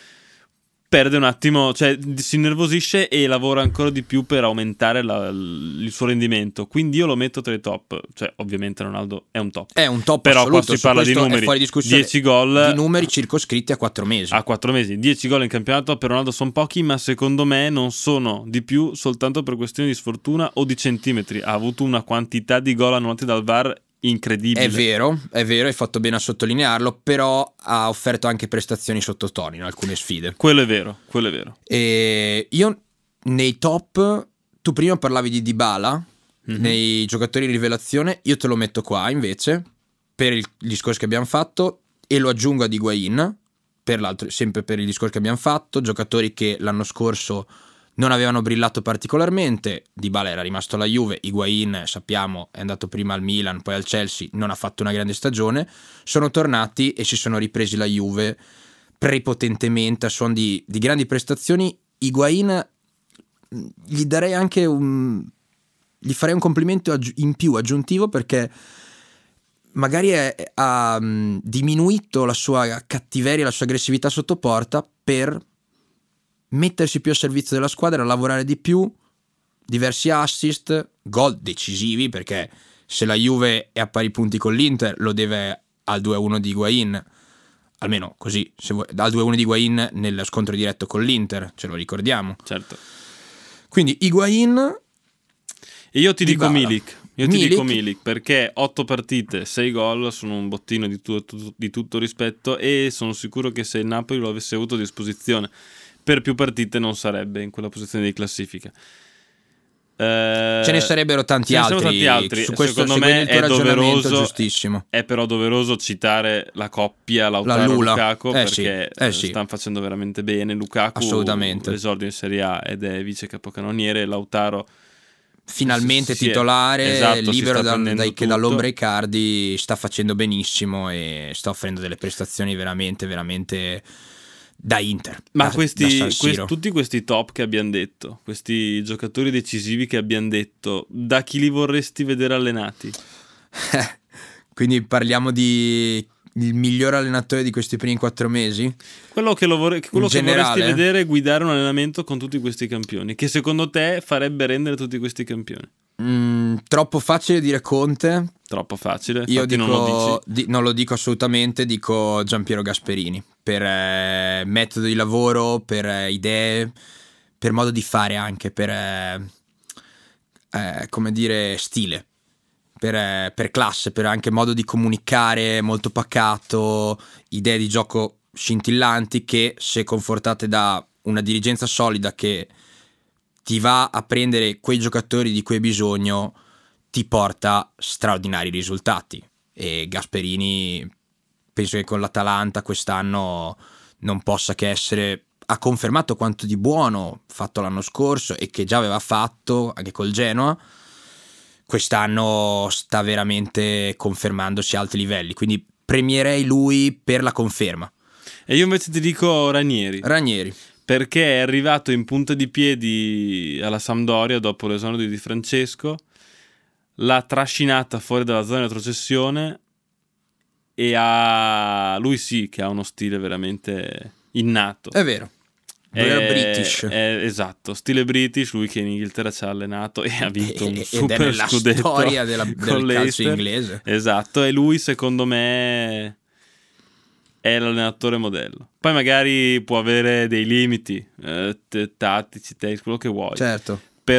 perde un attimo, cioè si innervosisce e lavora ancora di più per aumentare la, il suo rendimento. Quindi io lo metto tra i top. Cioè, ovviamente Ronaldo è un top. È un top però assoluto. qua si parla di numeri. dieci gol di numeri circoscritti a quattro mesi. A quattro mesi, dieci gol in campionato per Ronaldo sono pochi, ma secondo me non sono di più soltanto per questioni di sfortuna o di centimetri. Ha avuto una quantità di gol annullati dal V A R incredibile. È vero, è vero, hai fatto bene a sottolinearlo, però ha offerto anche prestazioni sottotono in alcune sfide. Quello è vero, quello è vero. E io nei top, tu prima parlavi di Dybala, mm-hmm. nei giocatori di rivelazione, io te lo metto qua invece, per il discorso che abbiamo fatto, e lo aggiungo ad Higuain, per l'altro, sempre per il discorso che abbiamo fatto, giocatori che l'anno scorso non avevano brillato particolarmente. Dybala era rimasto alla Juve, Higuain sappiamo è andato prima al Milan, poi al Chelsea, non ha fatto una grande stagione, sono tornati e si sono ripresi la Juve prepotentemente a suon di, di grandi prestazioni. Higuain gli darei anche un gli farei un complimento aggi- in più aggiuntivo, perché magari è, ha um, diminuito la sua cattiveria, la sua aggressività sotto porta per mettersi più a servizio della squadra, lavorare di più, diversi assist, gol decisivi, perché se la Juve è a pari punti con l'Inter lo deve al due a uno di Higuain, almeno così, se vuoi, al due a uno di Higuain nel scontro diretto con l'Inter, ce lo ricordiamo. Certo. Quindi Higuain. E io ti dico Dybala. Milik. Io ti Milik. dico Milik, perché otto partite, sei gol sono un bottino di, tu, tu, di tutto rispetto, e sono sicuro che se il Napoli lo avesse avuto a disposizione per più partite non sarebbe in quella posizione di classifica. Eh, Ce ne sarebbero tanti, ce ne altri. sono tanti altri. Su questo, secondo me il tuo è ragionamento doveroso, giustissimo. È però doveroso citare la coppia La Lautaro Lula. Lukaku, Eh perché sì, eh sì. stanno facendo veramente bene. Lukaku Assolutamente. l'esordio in Serie A ed è vice capocannoniere. Lautaro Finalmente sì, titolare, esatto, libero si sta da, dai, che tutto. dall'ombra Icardi sta facendo benissimo e sta offrendo delle prestazioni veramente veramente da Inter. Ma da, questi, da San questi Siro. tutti questi top che abbiamo detto, questi giocatori decisivi che abbiamo detto, da chi li vorresti vedere allenati? Quindi parliamo di il miglior allenatore di questi primi quattro mesi? Quello che, lo vorrei, quello In che vorresti generale? vedere è guidare un allenamento con tutti questi campioni, che secondo te farebbe rendere tutti questi campioni? Mm, troppo facile dire Conte. Troppo facile, Io infatti dico, non lo dici. di- non lo dico assolutamente, dico Giampiero Gasperini, per eh, metodo di lavoro, per eh, idee, per modo di fare anche, per eh, eh, come dire stile, per, eh, per classe, per anche modo di comunicare molto pacato, idee di gioco scintillanti che, se confortate da una dirigenza solida che ti va a prendere quei giocatori di cui hai bisogno, ti porta straordinari risultati. E Gasperini penso che con l'Atalanta quest'anno non possa che essere, ha confermato quanto di buono fatto l'anno scorso e che già aveva fatto anche col Genoa, quest'anno sta veramente confermandosi a alti livelli, quindi premierei lui per la conferma. E io invece ti dico Ranieri. Ranieri. Perché è arrivato in punta di piedi alla Sampdoria dopo l'esordio di Francesco, l'ha trascinata fuori dalla zona di retrocessione e ha lui sì che ha uno stile veramente innato. È vero. È British. È, esatto, stile British, lui che in Inghilterra ci ha allenato e ha vinto E- un ed è super nella scudetto storia della- del con calcio l'Leicester. inglese. Esatto, e lui secondo me è l'allenatore modello. Poi magari può avere dei limiti eh, t- tattici, tecnici, quello che vuoi. Certo.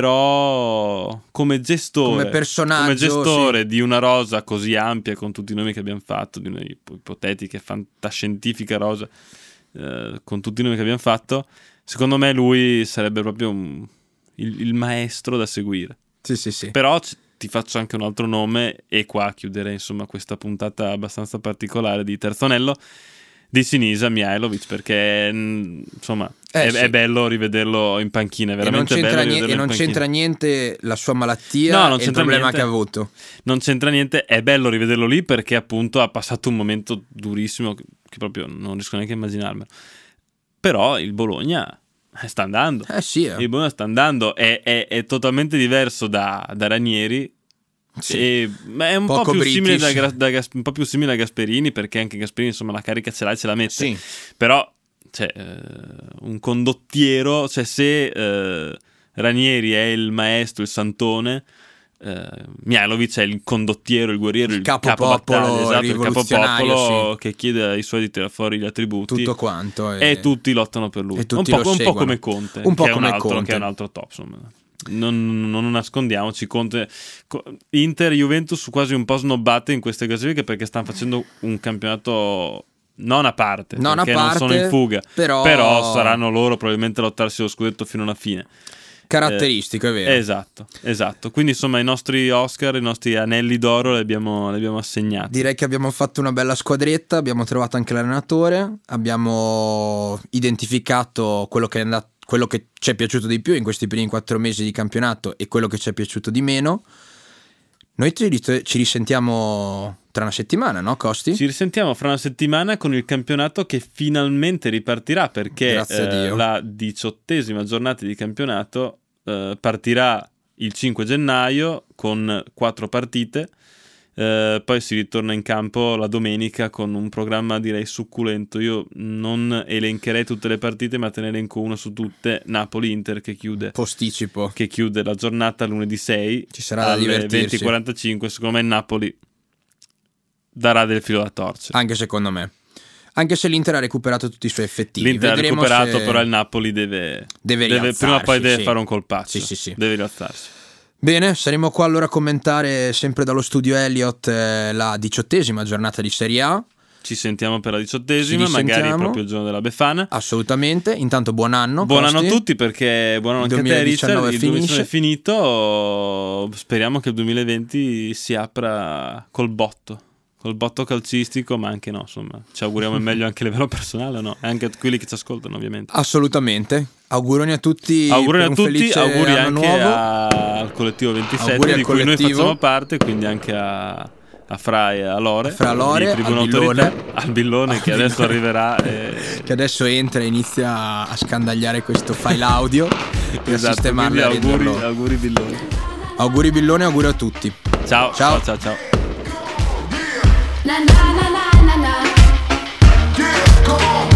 Però come gestore, Come personaggio, come gestore sì. di una rosa così ampia, con tutti i nomi che abbiamo fatto, di una ip- ipotetica fantascientifica rosa, eh, con tutti i nomi che abbiamo fatto, secondo me lui sarebbe proprio un- il, il maestro da seguire. Sì, sì, sì. Però c- ti faccio anche un altro nome, e qua chiuderei insomma questa puntata abbastanza particolare di Terzonello, di Sinisa Mihajlovic, perché mh, insomma Eh, è, sì. è bello rivederlo in panchina, è E non veramente c'entra, bello nie- rivederlo e non in panchina. c'entra niente la sua malattia No, non e il c'entra problema niente. che ha avuto. Non c'entra niente, è bello rivederlo lì perché appunto ha passato un momento durissimo che, che proprio non riesco neanche a immaginarmelo. Però il Bologna sta andando. Eh sì, eh. Il Bologna sta andando, è, è, è totalmente diverso da, da Ranieri. Sì. E, ma è un po' Poco più simile da, British. Gra- da Gas- un po' più simile a Gasperini, perché anche Gasperini insomma la carica ce l'ha e ce la mette. Sì. Però cioè, eh, un condottiero, cioè se eh, Ranieri è il maestro, il santone, eh, Mihajlovic è il condottiero, il guerriero, il, Il capopopolo capobattaglia, esatto, il rivoluzionario, capopopolo che chiede ai suoi di tirare fuori gli attributi. Tutto quanto. E tutti lottano per lui. e tutti un po', lo un po' seguono. come Conte, Un po' che, è come un altro, Conte. che è un altro top, insomma. Non, non nascondiamoci, Conte, Co- Inter e Juventus quasi un po' snobbate in queste classifiche perché stanno facendo un campionato non a parte, Non a perché parte, non sono in fuga, però... però saranno loro probabilmente a lottarsi lo scudetto fino alla fine. Caratteristico, Eh, è vero. Esatto, esatto. Quindi insomma i nostri Oscar, i nostri anelli d'oro li abbiamo, li abbiamo assegnati. Direi che abbiamo fatto una bella squadretta, abbiamo trovato anche l'allenatore, abbiamo identificato quello che è andato, quello che ci è piaciuto di più in questi primi quattro mesi di campionato e quello che ci è piaciuto di meno. Noi ci, rit- ci risentiamo tra una settimana, no Costi? Ci risentiamo fra una settimana con il campionato che finalmente ripartirà, perché Grazie a eh, Dio. la diciottesima giornata di campionato eh, partirà il cinque gennaio con quattro partite, eh, poi si ritorna in campo la domenica con un programma direi succulento. Io non elencherei tutte le partite, ma te ne elenco una su tutte: Napoli-Inter che chiude Posticipo. che chiude la giornata lunedì sei, ci sarà da alle divertirsi. venti e quarantacinque. Secondo me il Napoli darà del filo da torcere, anche secondo me, anche se l'Inter ha recuperato tutti i suoi effettivi. L'Inter ha Vedremo recuperato, se... però il Napoli deve, deve, deve prima o poi deve sì. fare un colpaccio, sì, sì, sì. deve rialzarsi. Bene, saremo qua allora a commentare sempre dallo studio Elliott eh, la diciottesima giornata di Serie A. Ci sentiamo per la diciottesima, Ci magari risentiamo. proprio il giorno della Befana. Assolutamente. Intanto buon anno. Buon anno a Costi. tutti, perché buon anno Il anche a te, Richard. duemiladiciannove Il finisce. duemiladiciannove è finito. Speriamo che il duemilaventi si apra col botto. Col botto calcistico, ma anche no, insomma, ci auguriamo il meglio anche a livello personale, no? E anche a quelli che ci ascoltano, ovviamente. Assolutamente. Auguroni a tutti. Auguri per a un tutti, felice auguri anno anche nuovo. a- al collettivo ventisette, Auguri al di cui noi collettivo. facciamo parte, quindi anche a, a Fra e a Lore, A Fra Lore, di Tribuna al Billone. Autorità, al Billone, che Al adesso Billone. arriverà e... Che adesso entra e inizia a scandagliare questo file audio per Esatto, sistemarlo quindi e auguri, renderlo. auguri Billone. Auguri Billone, auguri a tutti. Ciao, Ciao. ciao, ciao, ciao. Na na na na na na. Yeah, come on.